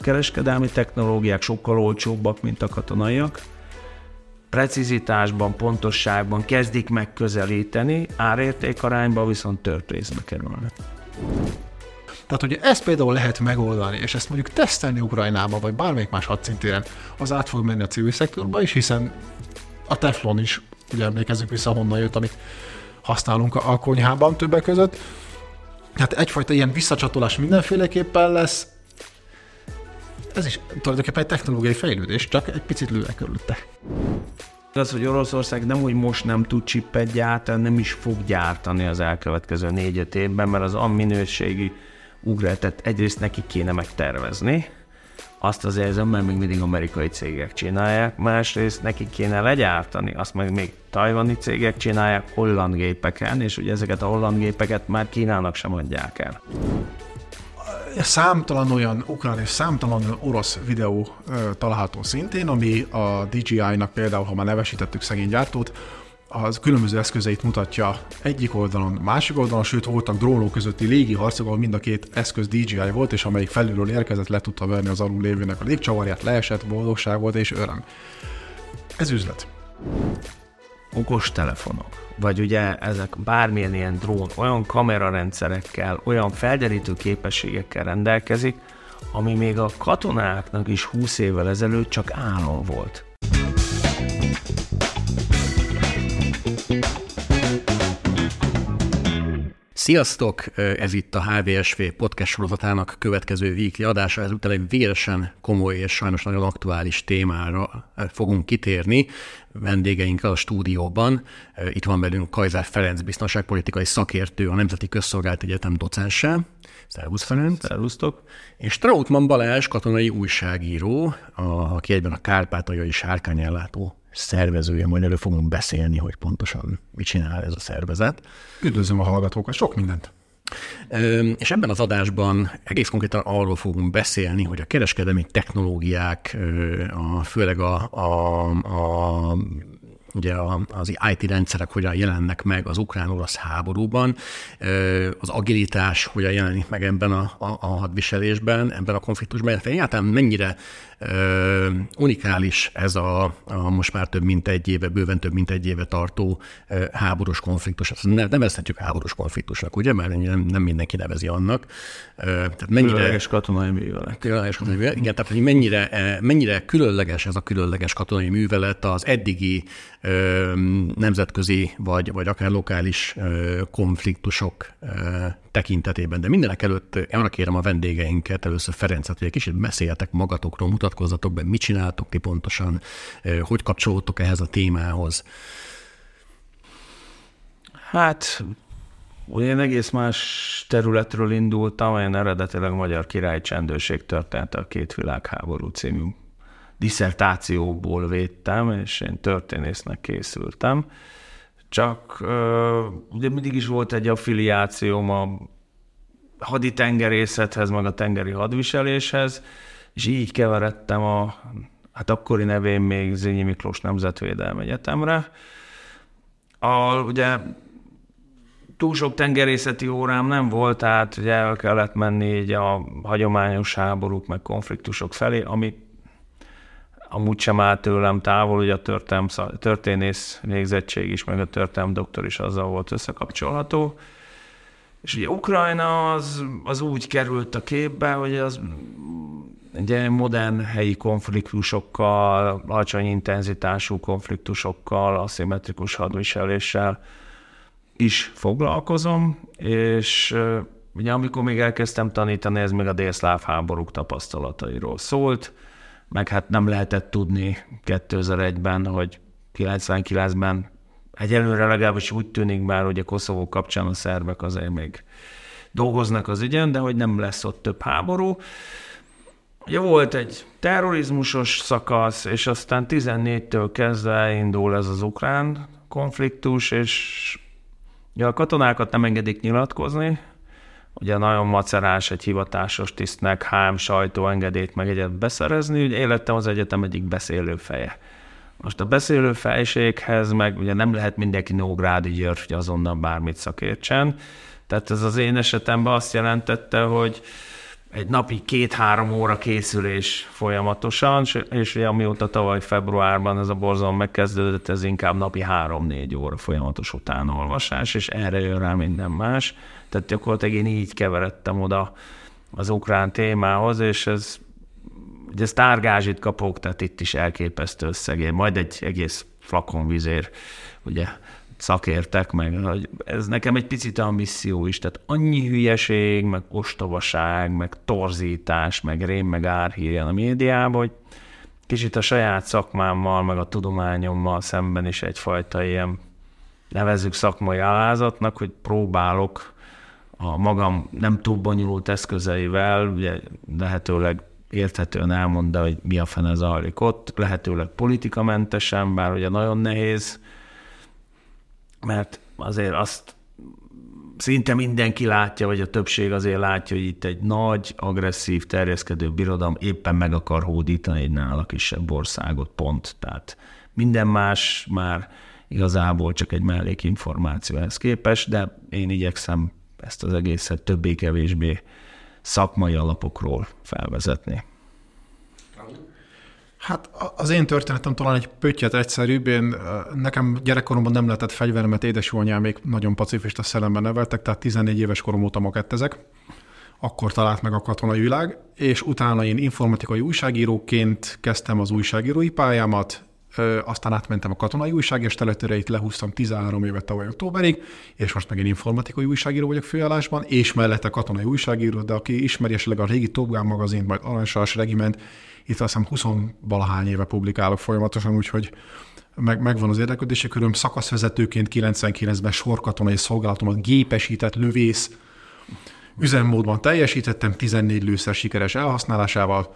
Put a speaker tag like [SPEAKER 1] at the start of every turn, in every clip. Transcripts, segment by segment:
[SPEAKER 1] kereskedelmi technológiák sokkal olcsóbbak, mint a katonaiak. Precizitásban, pontosságban kezdik megközelíteni, árértékarányban viszont tört részbe kerülnek.
[SPEAKER 2] Tehát, hogy ezt például lehet megoldani, és ezt mondjuk tesztelni Ukrajnába, vagy bármelyik más hadszintéren, az át fog menni a civil szektorba is, hiszen a teflon is, ugye emlékezzük vissza, honnan jött, amit használunk a konyhában többek között. Tehát egyfajta ilyen visszacsatolás mindenféleképpen lesz. Ez is tulajdonképpen egy technológiai fejlődés, csak egy picit lőre körülötte.
[SPEAKER 1] Az, hogy Oroszország nem, hogy most nem tud csippet gyártani, nem is fog gyártani az elkövetkező 4-5 évben, mert az minőségi ugratot egyrészt neki kéne megtervezni, azt az érzem, mert még mindig amerikai cégek csinálják, másrészt neki kéne legyártani, azt meg még tajvani cégek csinálják holland gépeken, és ugye ezeket a holland gépeket már Kínának sem adják el.
[SPEAKER 2] Számtalan olyan ukrán és számtalan olyan orosz videó található szintén, ami a DJI-nak például, ha már nevesítettük szegény gyártót, az különböző eszközeit mutatja egyik oldalon, másik oldalon, sőt voltak drónok közötti légi harcok, ahol mind a két eszköz DJI volt, és amelyik felülről érkezett, le tudta verni az alul lévőnek a légcsavarját, leesett, boldogság volt és öröm. Ez üzlet.
[SPEAKER 1] Okos telefonok, vagy ugye ezek bármilyen ilyen drón olyan kamerarendszerekkel, olyan felderítő képességekkel rendelkezik, ami még a katonáknak is 20 évvel ezelőtt csak álom volt.
[SPEAKER 3] Sziasztok! Ez itt a HVSV podcast sorozatának következő weekly adása. Ezúttal egy véresen komoly és sajnos nagyon aktuális témára fogunk kitérni vendégeinkkel a stúdióban. Itt van velünk Kajzár Ferenc, biztonságpolitikai szakértő, a Nemzeti Közszolgálati Egyetem docense. Szervusz, Ferenc!
[SPEAKER 1] Szervusztok!
[SPEAKER 3] És Trautmann Balázs, katonai újságíró, aki egyben a kárpátaljai sárkányellátó szervezője, majd erről fogunk beszélni, hogy pontosan mit csinál ez a szervezet.
[SPEAKER 2] Üdvözlöm a hallgatókat, sok mindent!
[SPEAKER 3] És ebben az adásban egész konkrétan arról fogunk beszélni, hogy a kereskedelmi technológiák, főleg ugye az IT rendszerek hogyan jelennek meg az ukrán-orosz háborúban, az agilitás hogyan jelenik meg ebben a hadviselésben, ebben a konfliktusban, egyáltalán mennyire unikális ez a most már bőven több mint egy éve tartó háborús konfliktus. Ezt nevezhetjük háborús konfliktusnak, ugye? Mert nem mindenki nevezi annak.
[SPEAKER 1] Tehát különleges katonai művelet.
[SPEAKER 3] Igen, tehát hogy mennyire különleges ez a különleges katonai művelet az eddigi nemzetközi vagy akár lokális konfliktusok tekintetében. De mindenek előtt arra kérem a vendégeinket, először Ferencet, hogy egy kicsit beszéljetek magatokról, mutatkozzatok be, mit csináltok ti pontosan, hogy kapcsolódtok ehhez a témához.
[SPEAKER 1] Hát, én egész más területről indultam, én eredetileg Magyar Király Csendőrség története a két világháború című disszertációból védtem, és én történésznek készültem. Csak ugye mindig is volt egy affiliációm a haditengerészethez, meg a tengeri hadviseléshez, és így keveredtem akkori nevén még Zrínyi Miklós Nemzetvédelmi Egyetemre. Ugye túl sok tengerészeti órám nem volt, tehát ugye el kellett menni így a hagyományos háborúk, meg konfliktusok felé, ami amúgy sem áll tőlem távol, ugye a történész végzettség is, meg a történelem doktor is azzal volt összekapcsolható. És ugye Ukrajna az úgy került a képbe, hogy az ugye modern helyi konfliktusokkal, alacsony intenzitású konfliktusokkal, aszimmetrikus hadviseléssel is foglalkozom, és ugye amikor még elkezdtem tanítani, ez még a délszláv háborúk tapasztalatairól szólt, meg hát nem lehetett tudni 2001-ben, hogy 99-ben egyelőre legalábbis úgy tűnik már, hogy a Koszovó kapcsán a szerbek azért még dolgoznak az ügyen, de hogy nem lesz ott több háború. Ugye volt egy terrorizmusos szakasz, és aztán 14-től kezdve indul ez az ukrán konfliktus, és ugye a katonákat nem engedik nyilatkozni, ugye nagyon macerás egy hivatásos tisztnek HM sajtóengedélyt meg egyet beszerezni, ugye én lettem az egyetem egyik beszélőfeje. Most a beszélőfejséghez meg ugye nem lehet mindenki Nógrádi György, hogy azonnal bármit szakértsen, tehát ez az én esetemben azt jelentette, hogy egy napi 2-3 óra készülés folyamatosan, és amióta tavaly februárban ez a borzalom megkezdődött, ez inkább napi 3-4 óra folyamatos utánolvasás, és erre jön rá minden más. Tehát gyakorlatilag én így keveredtem oda az ukrán témához, és ugye ez tárgázsit kapok, tehát itt is elképesztő összegér, majd egy egész flakon vizér, ugye szakértek meg, ez nekem egy picit a misszió is, tehát annyi hülyeség, meg ostobaság, meg torzítás, meg rém, meg árhír jön a médiában, hogy kicsit a saját szakmámmal, meg a tudományommal szemben is egyfajta ilyen, nevezzük szakmai alázatnak, hogy próbálok a magam nem túl bonyolult eszközeivel, ugye lehetőleg érthetően elmondani, hogy mi a fene zajlik ott, lehetőleg politikamentesen, bár ugye nagyon nehéz, mert azért azt szinte mindenki látja, vagy a többség azért látja, hogy itt egy nagy, agresszív, terjeszkedő birodalom éppen meg akar hódítani egy nála kisebb országot, pont. Tehát minden más már igazából csak egy mellékinformáció ehhez képest, de én igyekszem ezt az egészet többé-kevésbé szakmai alapokról felvezetni.
[SPEAKER 2] Hát az én történetem talán egy pöttyet egyszerűbb. Nekem gyerekkoromban nem lehetett fegyver, mert édesanyám még nagyon pacifista szellemben neveltek, tehát 14 éves korom óta makettezek. Akkor talált meg a katonai világ, és utána én informatikai újságíróként kezdtem az újságírói pályámat, aztán átmentem a katonai újságírás területére, itt lehúztam 13 évet tavaly októberig, és most meg én informatikai újságíró vagyok főállásban, és mellette katonai újságíró, de aki ismeri esetleg a régi Top Gun magazint, majd Aranysas Regiment, itt azt hiszem 20-valahány éve publikálok folyamatosan, úgyhogy megvan az érdeklődési köröm. Szakaszvezetőként 99-ben sorkatonai szolgálatomat gépesített lövész üzemmódban teljesítettem, 14 lőszer sikeres elhasználásával.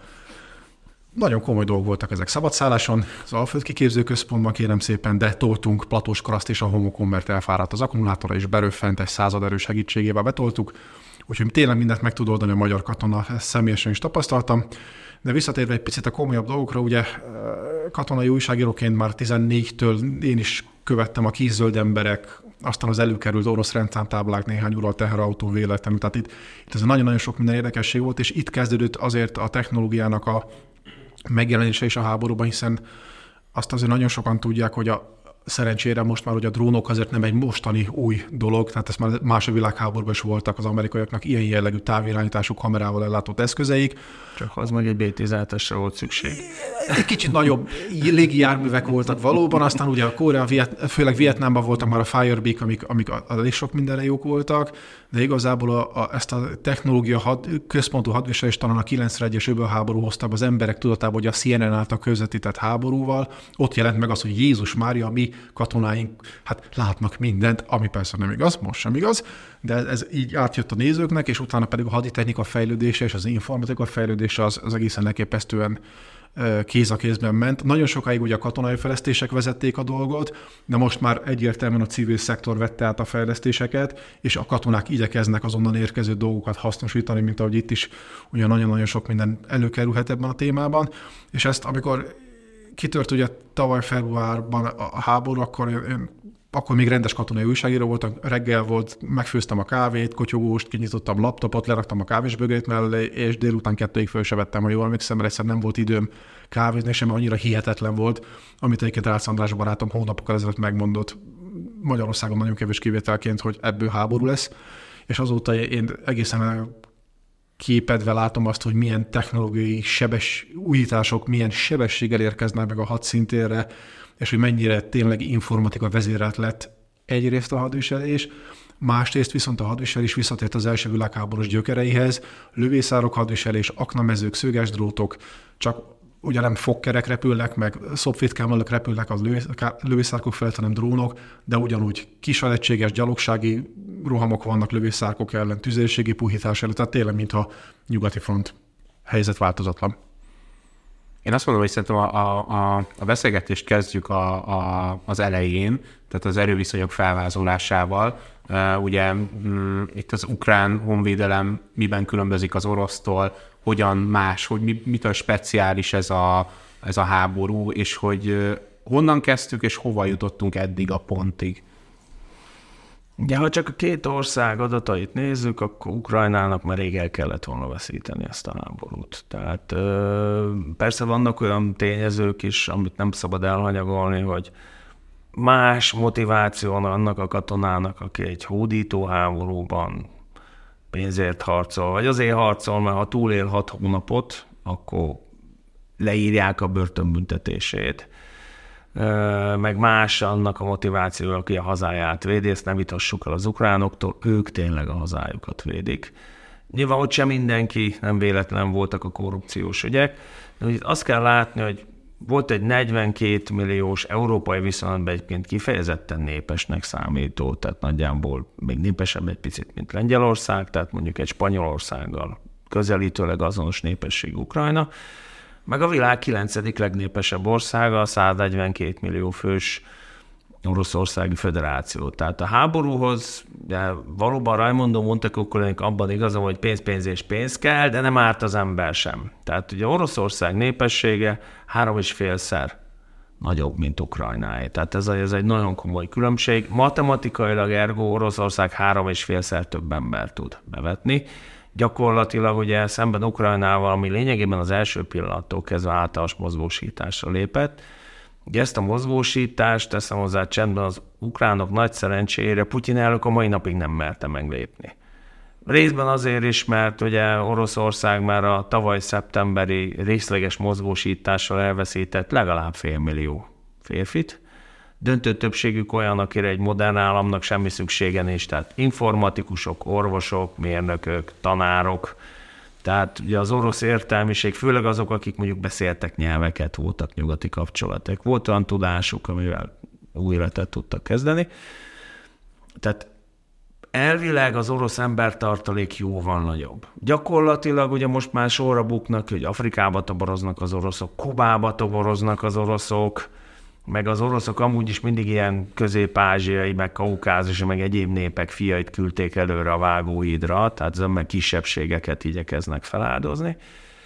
[SPEAKER 2] Nagyon komoly dolgok voltak ezek szabadszálláson, az Alföld Kiképző Központban kérem szépen, de toltunk platós karaszt és a homokon, mert elfáradt az akkumulátora, és beröffent egy 100 erő segítségével betoltuk. Úgyhogy tényleg mindent meg tud oldani a magyar katona, ezt személyesen is tapasztaltam. De visszatérve egy picit a komolyabb dolgokra, ugye katonai újságíróként már 14-től én is követtem a készzöld emberek, aztán az előkerült orosz rendszámtáblák, néhány ural teherautó véletlenül. Tehát itt ez nagyon-nagyon sok minden érdekesség volt, és itt kezdődött azért a technológiának a megjelenése is a háborúban, hiszen azt azért nagyon sokan tudják, hogy szerencsére most már, hogy a drónok azért nem egy mostani új dolog, tehát ezt már második világháborúban is voltak az amerikaiaknak ilyen jellegű távirányítású kamerával ellátott eszközeik.
[SPEAKER 1] Csak az meg egy B-17-esre volt szükség.
[SPEAKER 2] Egy kicsit nagyobb légijárművek voltak valóban, aztán ugye a Korea, főleg Vietnámban voltak már a Firebeak, amik elég sok mindenre jók voltak, de igazából ezt a technológia központú hadviselést talán a 91-es öbölháború hozta az emberek tudatába, hogy a CNN által közvetített háborúval, ott jelent meg az, hogy Jézus Mária, mi katonáink hát látnak mindent, ami persze nem igaz, most sem igaz, de ez így átjött a nézőknek, és utána pedig a haditechnika fejlődése és az informatika fejlődése az egészen elképesztően kéz a kézben ment. Nagyon sokáig ugye a katonai fejlesztések vezették a dolgot, de most már egyértelműen a civil szektor vette át a fejlesztéseket, és a katonák igyekeznek azonnan érkező dolgokat hasznosítani, mint ahogy itt is ugye nagyon-nagyon sok minden előkerülhet ebben a témában. És ezt, amikor kitört ugye tavaly februárban a háború, akkor még rendes katonai újságíró voltam, reggel volt, megfőztem a kávét, kotyogóst, kinyitottam laptopot, leraktam a kávésbögrét mellé, és délután 2-ig föl se vettem, ha jól emlékszem, mert egyszer nem volt időm kávézni, sem annyira hihetetlen volt, amit egyébként Rácz András barátom hónapokkal ezelőtt megmondott Magyarországon nagyon kevés kivételként, hogy ebből háború lesz, és azóta én egészen képedve látom azt, hogy milyen technológiai újítások, milyen sebességgel érkeznek meg a hadszintérre, és hogy mennyire tényleg informatika vezérelt lett egyrészt a hadviselés, másrészt viszont a hadviselés visszatért az első világháborús gyökereihez, lövészárok hadviselés, aknamezők, szögesdrótok, csak ugye nem fogkerek repülnek, meg szobfétkámmalak repülnek az lövészárkok felett, hanem drónok, de ugyanúgy kisalettséges gyalogsági rohamok vannak lövészárkok ellen, tüzérségi puhítás előtt, tehát tényleg, mintha nyugati front helyzet változatlan.
[SPEAKER 4] Én azt mondom, hogy szerintem a beszélgetést kezdjük az elején, tehát az erőviszonyok felvázolásával. Ugye itt az ukrán honvédelem miben különbözik az orosztól, hogyan más, hogy mitől speciális ez a háború, és hogy honnan kezdtük, és hova jutottunk eddig a pontig.
[SPEAKER 1] Ja, ha csak a két ország adatait nézzük, akkor Ukrajnának már rég el kellett volna veszíteni ezt a háborút. Tehát persze vannak olyan tényezők is, amit nem szabad elhanyagolni, hogy más motiváció van annak a katonának, aki egy hódító háborúban pénzért harcol, vagy azért harcol, mert ha túlél 6 hónapot, akkor leírják a börtönbüntetését. Meg más annak a motiváció, aki a hazáját védi, ezt nem vitassuk el az ukránoktól, ők tényleg a hazájukat védik. Nyilván ott sem mindenki, nem véletlen voltak a korrupciós ügyek, de itt azt kell látni, hogy volt egy 42 milliós európai viszonylatban egyébként kifejezetten népesnek számító, tehát nagyjából még népesebb egy picit, mint Lengyelország, tehát mondjuk egy Spanyolországgal közelítőleg azonos népesség Ukrajna, meg a világ 9. legnépesebb országa, a 142 millió fős Oroszországi Föderáció. Tehát a háborúhoz, de valóban Raimondo Montecuccolinak abban igaza, hogy pénz és pénz kell, de nem árt az ember sem. Tehát ugye Oroszország népessége 3,5-szer nagyobb, mint Ukrajnáé. Tehát ez egy nagyon komoly különbség. Matematikailag ergo Oroszország 3,5-szer több ember tud bevetni. Gyakorlatilag ugye szemben Ukrajnával, ami lényegében az első pillanattól kezdve általános mozgósításra lépett. Ugye ezt a mozgósítást, teszem hozzá csendben, az ukránok nagy szerencsére Putyin elnök a mai napig nem merte meglépni. Részben azért is, mert ugye Oroszország már a tavaly szeptemberi részleges mozgósítással elveszített legalább 500 000 férfit. Döntő többségük olyan, akire egy modern államnak semmi szüksége nincs, tehát informatikusok, orvosok, mérnökök, tanárok. Tehát ugye az orosz értelmiség, főleg azok, akik mondjuk beszéltek nyelveket, voltak nyugati kapcsolatok, volt olyan tudásuk, amivel új életet tudtak kezdeni. Tehát elvileg az orosz embertartalék jóval nagyobb. Gyakorlatilag ugye most már sorra buknak, hogy Afrikába toboroznak az oroszok, Kubába toboroznak az oroszok, meg az oroszok amúgy is mindig ilyen közép-ázsiai, meg kaukázusi, meg egyéb népek fiait küldték előre a vágóhídra, tehát zömmel kisebbségeket igyekeznek feláldozni.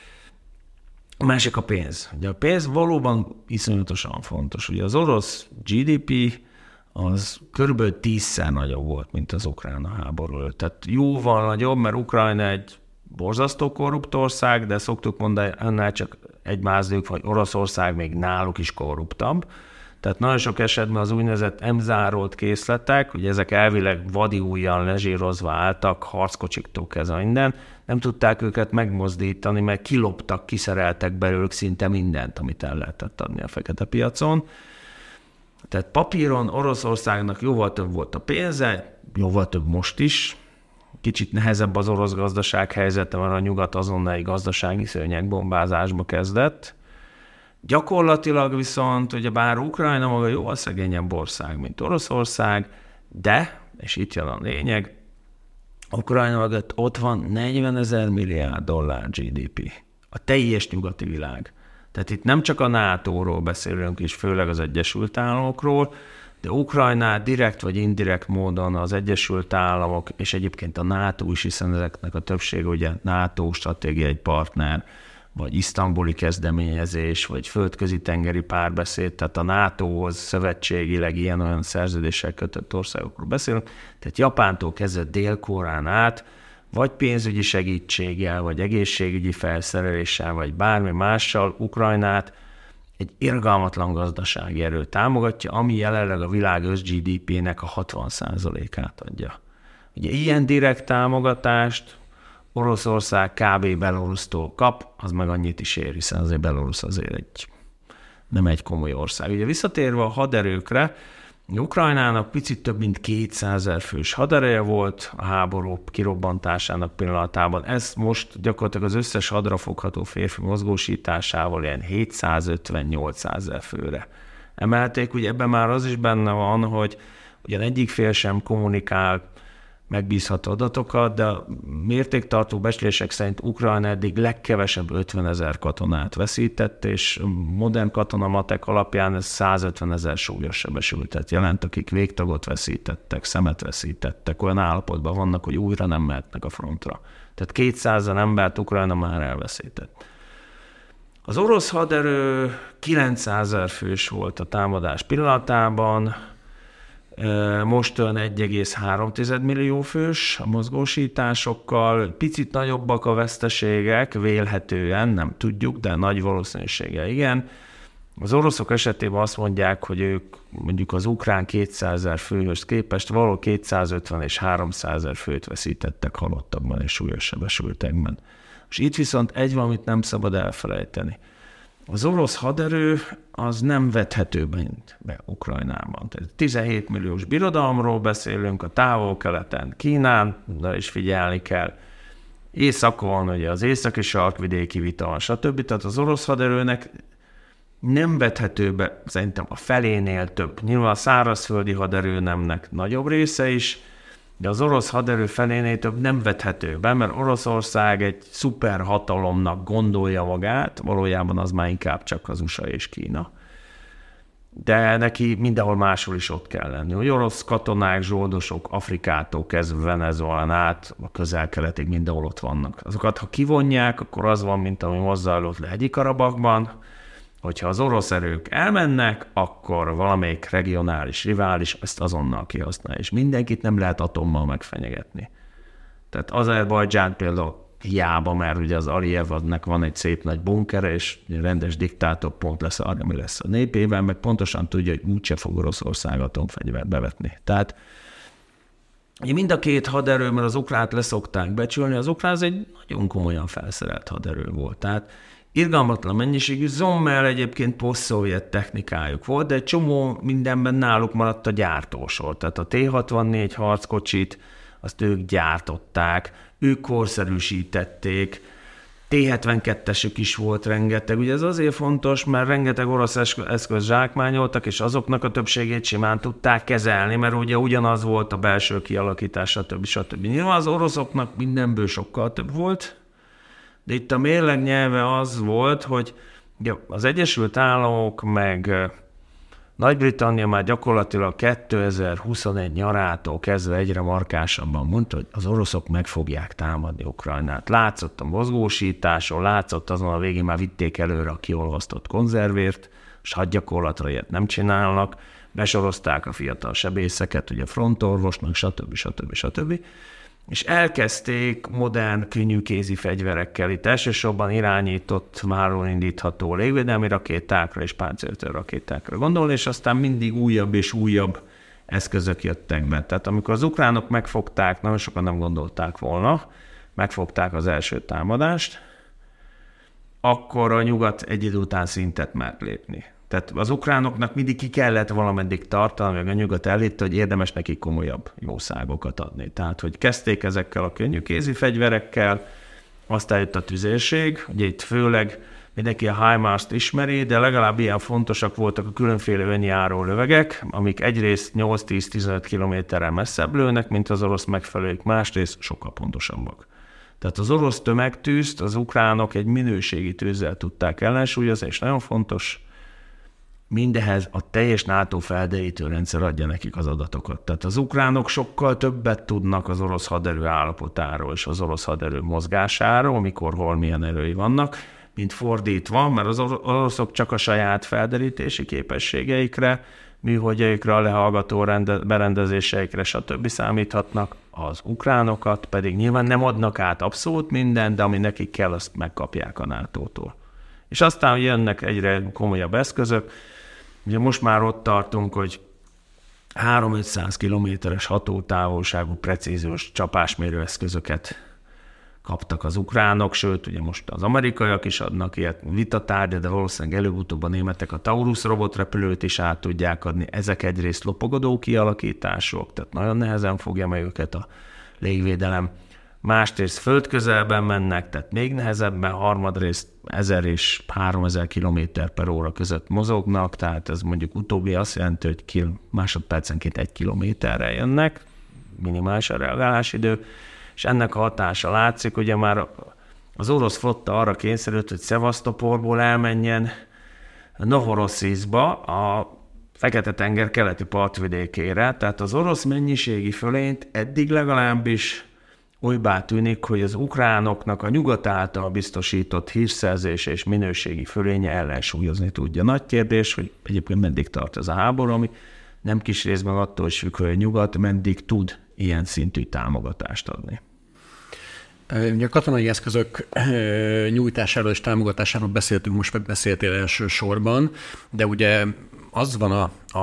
[SPEAKER 1] A másik a pénz. Ugye a pénz valóban iszonyatosan fontos. Ugye az orosz GDP az körülbelül 10-szer nagyobb volt, mint az ukrán háború előtt. Tehát jóval nagyobb, mert Ukrajna egy borzasztó korrupt ország, de szoktuk mondani, annál csak egy mázliuk, vagy Oroszország még náluk is korruptabb. Tehát nagyon sok esetben az úgynevezett emzárolt készletek, ugye ezek elvileg vadi ujjan lezsírozva álltak, harckocsiktól kezdve minden, nem tudták őket megmozdítani, mert kiloptak, kiszereltek belőlük szinte mindent, amit el lehetett adni a fekete piacon. Tehát papíron Oroszországnak jóval több volt a pénze, jóval több most is. Kicsit nehezebb az orosz gazdaság helyzete, mert a nyugat azonnali gazdasági szőnyegbombázásba kezdett. Gyakorlatilag viszont, ugye bár Ukrajna maga jóval szegényebb ország, mint Oroszország, de, és itt jön a lényeg, Ukrajna mögött ott van 40 000 milliárd dollár GDP. A teljes nyugati világ. Tehát itt nem csak a NATO-ról beszélünk, és főleg az Egyesült Államokról, de Ukrajnát direkt vagy indirekt módon az Egyesült Államok, és egyébként a NATO is, hiszen ezeknek a többsége ugye NATO stratégiai partner, vagy isztambuli kezdeményezés, vagy földközi tengeri párbeszéd, tehát a NATO-hoz szövetségileg ilyen-olyan szerződéssel kötött országokról beszélünk, tehát Japántól kezdve Dél-Koreán át, vagy pénzügyi segítséggel, vagy egészségügyi felszereléssel, vagy bármi mással Ukrajnát egy irgalmatlan gazdasági erő támogatja, ami jelenleg a világ össz-GDP-nek a 60%-át adja. Ugye ilyen direkt támogatást Oroszország kb. Belorusztól kap, az meg annyit is ér, hiszen azért Belorusz azért nem egy komoly ország. Ugye visszatérve a haderőkre, Ukrajnának picit több mint 200 000 fős hadereje volt a háború kirobbantásának pillanatában. Ez most gyakorlatilag az összes hadrafogható férfi mozgósításával ilyen 750-800 000 főre emelték. Ugye ebben már az is benne van, hogy ugyan egyik fél sem kommunikál megbízható adatokat, de a mértéktartó becslések szerint Ukrajna eddig legkevesebb 50 000 katonát veszített, és modern katonamatek alapján ez 150 000 súlyos sebesültet jelent, akik végtagot veszítettek, szemet veszítettek, olyan állapotban vannak, hogy újra nem mehetnek a frontra. Tehát 200 000 embert Ukrajna már elveszített. Az orosz haderő 900 000 fős volt a támadás pillanatában, Most olyan 1,3 millió fős a mozgósításokkal, picit nagyobbak a veszteségek, vélhetően, nem tudjuk, de nagy valószínűsége igen. Az oroszok esetében azt mondják, hogy ők mondjuk az ukrán 200 000 főhöz képest valahol 250 és 300 000 főt veszítettek halottakban és súlyos sebesültekben. És itt viszont egy valamit nem szabad elfelejteni. Az orosz haderő az nem vethető be Ukrajnában. Tehát 17 milliós birodalomról beszélünk, a távol-keleten, Kínán, de is figyelni kell. Északon, ugye az északi sarkvidéki vita, stb. Tehát az orosz haderőnek nem vethető be, szerintem a felénél több. Nyilván a szárazföldi haderőnemnek nagyobb része is, de az orosz haderő felénél több nem vethető be, mert Oroszország egy szuperhatalomnak gondolja magát, valójában az már inkább csak az USA és Kína. De neki mindenhol máshol is ott kell lenni. Hogy orosz katonák, zsoldosok Afrikától kezdve Venezuelán át, a közel-keletig mindenhol ott vannak. Azokat, ha kivonják, akkor az van, mint ami mozzajlott le Hegyi-Karabakban, hogyha az orosz erők elmennek, akkor valamelyik regionális rivális ezt azonnal kihasználja, és mindenkit nem lehet atommal megfenyegetni. Tehát Azerbajdzsán például hiába, mert ugye az Alijevnek van egy szép nagy bunkere, és rendes diktátor pont lesz arra, ami lesz a népében, meg pontosan tudja, hogy úgyse fog Oroszország atomfegyvert bevetni. Tehát mind a két haderő, mert az ukrát leszokták becsülni, az ukrán az egy nagyon komolyan felszerelt haderő volt. Tehát irgalmatlan mennyiségű, zommel egyébként poszt-szovjet technikájuk volt, de egy csomó mindenben náluk maradt a gyártósor. Tehát a T-64 harckocsit, azt ők gyártották, ők korszerűsítették, T-72-esük is volt rengeteg. Ugye ez azért fontos, mert rengeteg orosz eszköz zsákmányoltak, és azoknak a többségét simán tudták kezelni, mert ugye ugyanaz volt a belső kialakítás, stb. Nyilván az oroszoknak mindenből sokkal több volt, de itt a mérleg nyelve az volt, hogy az Egyesült Államok meg Nagy-Britannia már gyakorlatilag 2021 nyarától kezdve egyre markásabban mondta, hogy az oroszok meg fogják támadni Ukrajnát. Látszott a mozgósításon, látszott azon a végén már vitték előre a kiolvasztott konzervért, és hadgyakorlatra ilyet nem csinálnak, besorozták a fiatal sebészeket, ugye frontorvosnak, stb. És elkezdték modern, könnyűkézi fegyverekkel, itt elsősorban irányított, máron indítható légvédelmi rakétákra és páncéltörő rakétákra gondolni, és aztán mindig újabb és újabb eszközök jöttek be. Tehát amikor az ukránok megfogták, nagyon sokan nem gondolták volna, megfogták az első támadást, akkor a nyugat egy idő után szintet mert lépni. Tehát az ukránoknak mindig ki kellett valameddig tartani, meg a nyugat elhitte, hogy érdemes nekik komolyabb jószágokat adni. Tehát, hogy kezdték ezekkel a könnyű kézi fegyverekkel, aztán jött a tüzérség, ugye itt főleg mindenki a HIMARS-t ismeri, de legalább ilyen fontosak voltak a különféle önjáró lövegek, amik egyrészt 8-10-15 kilométerrel messzebb lőnek, mint az orosz megfelelők, másrészt sokkal pontosabbak. Tehát az orosz tömegtűzt az ukránok egy minőségi tűzzel tudták ellensúlyozni, és nagyon fontos, mindehez a teljes NATO felderítő rendszer adja nekik az adatokat. Tehát az ukránok sokkal többet tudnak az orosz haderő állapotáról és az orosz haderő mozgásáról, mikor, hol, milyen erői vannak, mint fordítva, mert az oroszok csak a saját felderítési képességeikre, műholdjaikra, a lehallgató berendezéseikre, stb. Számíthatnak, az ukránokat pedig nyilván nem adnak át abszolút mindent, de ami nekik kell, azt megkapják a NATO-tól. És aztán jönnek egyre komolyabb eszközök. Ugye most már ott tartunk, hogy 300-500 kilométeres hatótávolságú, precíziós csapásmérő eszközöket kaptak az ukránok, sőt, ugye most az amerikaiak is adnak ilyet, vitatárgya, de valószínűleg előbb-utóbb a németek a Taurus robotrepülőt is át tudják adni. Ezek egyrészt lopogadó kialakítások, tehát nagyon nehezen fogja meg őket a légvédelem. Másrészt földközelben mennek, tehát még nehezebben, harmadrészt 1000 és 3000 km/h között mozognak, tehát ez mondjuk utóbbi azt jelenti, hogy másodpercenként 1 kilométerre jönnek, minimális a reagálásidő, és ennek a hatása látszik, ugye már az orosz flotta arra kényszerült, hogy Szevasztopolból elmenjen Novorossziszba, a Fekete-tenger keleti partvidékére, tehát az orosz mennyiségi fölényt eddig legalábbis olybá tűnik, hogy az ukránoknak a nyugat által biztosított hírszerzés és minőségi fölénye ellensúlyozni tudja. Nagy kérdés, hogy egyébként meddig tart ez a háború, ami nem kis részben attól is függ, hogy a nyugat meddig tud ilyen szintű támogatást adni.
[SPEAKER 3] Ugye a katonai eszközök nyújtásáról és támogatásáról beszéltünk, most meg beszéltél elsősorban, de ugye az van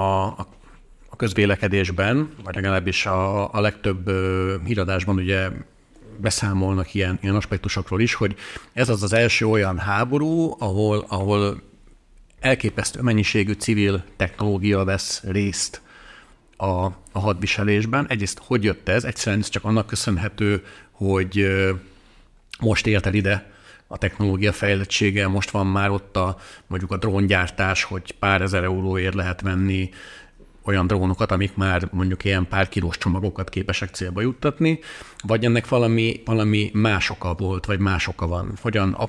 [SPEAKER 3] a közvélekedésben, vagy legalábbis a legtöbb híradásban ugye beszámolnak ilyen aspektusokról is, hogy ez az első olyan háború, ahol elképesztő mennyiségű civil technológia vesz részt a hadviselésben. Egyrészt hogy jött ez? Egyszerűen ez csak annak köszönhető, hogy most ért el ide a technológia fejlettsége, most van már ott mondjuk a dróngyártás, hogy pár ezer euróért lehet venni olyan drónokat, amik már mondjuk ilyen pár kilós csomagokat képesek célba juttatni, vagy ennek valami más oka volt, vagy más oka van? Hogyan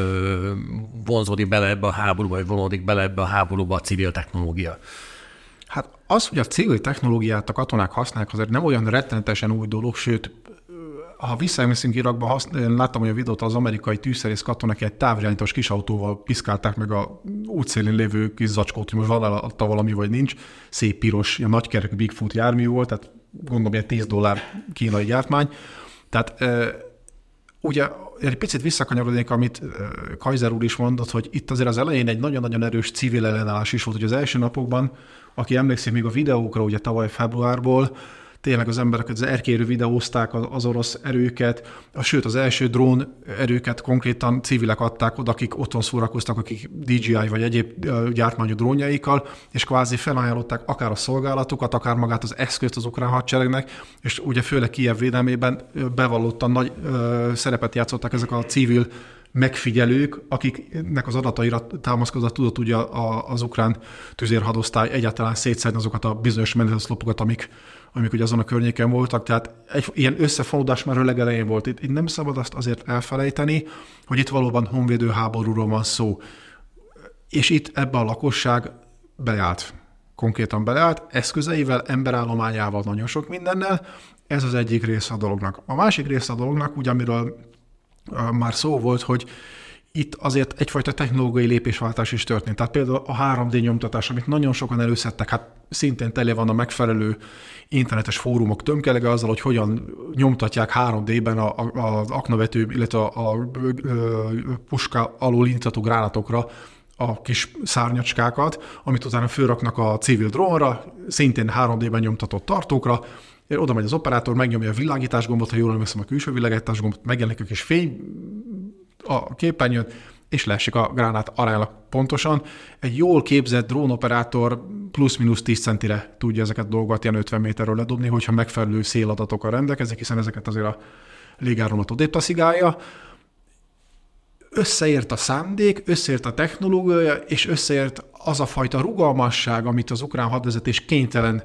[SPEAKER 3] vonzódik bele ebbe a háborúba, vagy vonódik bele ebbe a háborúba a civil technológia?
[SPEAKER 2] Hát az, hogy a civil technológiát a katonák használják, azért nem olyan rettenetesen új dolog, sőt, ha visszaemlékszünk Irakba, én láttam olyan videót, az amerikai tűzszerész katonák egy távirányítós kis autóval piszkálták meg a útszélén lévő kis zacskót, hogy most van alatta valami, vagy nincs. Szép piros, ilyen nagykerekű Bigfoot jármű volt, tehát gondolom, ilyen $10 kínai gyártmány. Tehát ugye egy picit visszakanyarodnék, amit Kaiser úr is mondott, hogy itt azért az elején egy nagyon-nagyon erős civil ellenállás is volt, hogy az első napokban, aki emlékszik még a videókra, ugye tavaly februárból, tényleg az emberek az erkélyről videózták az orosz erőket, sőt az első drón erőket konkrétan civilek adták oda, akik otthon szórakoztak, akik DJI vagy egyéb gyártmányú drónjaikkal, és kvázi felajánlották akár a szolgálatukat, akár magát az eszközt az ukrán hadseregnek, és ugye főleg Kijev védelmében bevallottan nagy szerepet játszottak ezek a civil megfigyelők, akiknek az adataira támaszkodva tudott ugye az ukrán tüzérhadosztály egyáltalán szétszedni azokat a bizonyos menetszlopokat, amik ugye azon a környéken voltak, tehát egy ilyen összefonódás már a legelején volt. Itt nem szabad azt azért elfelejteni, hogy itt valóban honvédő háborúról van szó. És itt ebbe a lakosság beleállt. Konkrétan beleállt, eszközeivel, emberállományával, nagyon sok mindennel. Ez az egyik része a dolognak. A másik része a dolognak, ugye amiről már szó volt, hogy itt azért egyfajta technológiai lépésváltás is történt. Tehát például a 3D nyomtatás, amit nagyon sokan előszedtek, hát szintén tele van a megfelelő internetes fórumok tömkelege azzal, hogy hogyan nyomtatják 3D-ben az aknavető, illetve a puska alól indítató gránatokra a kis szárnyacskákat, amit utána fölraknak a civil drónra, szintén 3D-ben nyomtatott tartókra, oda megy az operátor, megnyomja a világítás gombot, ha jól emlékszem, a külső világítás gombot, megjelenik a kis fény a képernyőn, és leesik a gránát aránylag pontosan. Egy jól képzett drónoperátor plusz-minusz 10 centire tudja ezeket a dolgokat ilyen 50 méterről ledobni, hogyha megfelelő széladatokkal rendelkezik, hiszen ezeket azért a légáramlat odébb taszigálja. Összeért a szándék, összeért a technológia, és összeért az a fajta rugalmasság, amit az ukrán hadvezetés kénytelen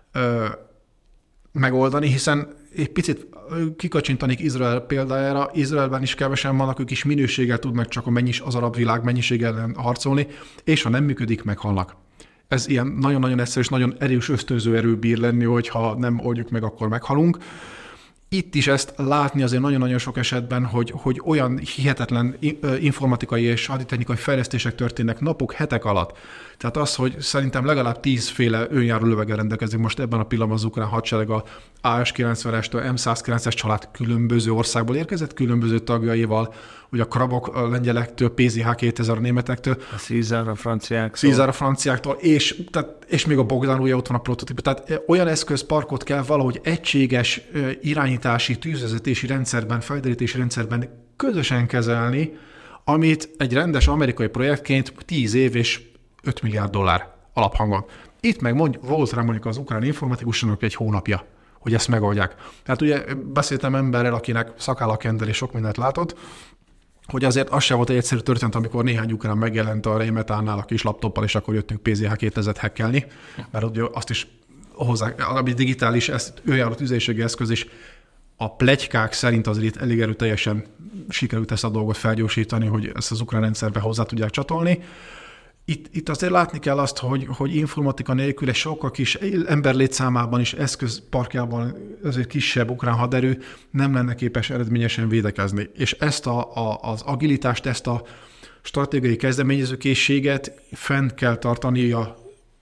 [SPEAKER 2] megoldani, hiszen egy picit kikacsintanék Izrael példájára, Izraelben is kevesen vannak, ők is minőséggel tudnak csak az arab világ mennyiség ellen harcolni, és ha nem működik, meghalnak. Ez ilyen nagyon-nagyon egyszerű és nagyon erős ösztönző erő bír lenni, hogyha nem oldjuk meg, akkor meghalunk. Itt is ezt látni azért nagyon-nagyon sok esetben, hogy olyan hihetetlen informatikai és haditechnikai fejlesztések történnek napok, hetek alatt. Tehát az, hogy szerintem legalább 10 féle önjáró löveggel rendelkezik most ebben a pillanatban az ukrán hadsereg a AS-90-estől M109-es család különböző országból érkezett, különböző tagjaival, ugye a Krabok a lengyelektől, PZH-2000 a németektől,
[SPEAKER 1] a Caesar a
[SPEAKER 2] franciáktól, és még a Bogdan ugye ott van a prototípus. Tehát olyan eszközparkot kell valahogy egységes irányítási, tűzvezetési rendszerben, felderítési rendszerben közösen kezelni, amit egy rendes amerikai projektként 10 év és $5 milliárd alaphangon. Itt meg volt rá mondjuk az ukrán informatikusnak egy hónapja, hogy ezt megoldják. Tehát ugye beszéltem emberrel, akinek szakálla kendel és sok mindent látott, hogy azért az sem volt egy egyszerű történet, amikor néhány ukrán megjelent a Rheinmetallnál a kis laptoppal, és akkor jöttünk PZH-2000-et hackelni, mert ugye azt is hozzá, ami digitális önjáró tüzérségi eszköz is, a pletykák szerint azért itt elég erőteljesen sikerült ezt a dolgot felgyorsítani, hogy ezt az ukrán rendszerbe hozzá tudják csatolni. Itt azért látni kell azt, hogy informatika nélkül egy sokkal kis emberlétszámában és eszközparkjában azért kisebb ukrán haderő nem lenne képes eredményesen védekezni. És ezt az agilitást, ezt a stratégiai kezdeményezőkészséget fenn kell tartania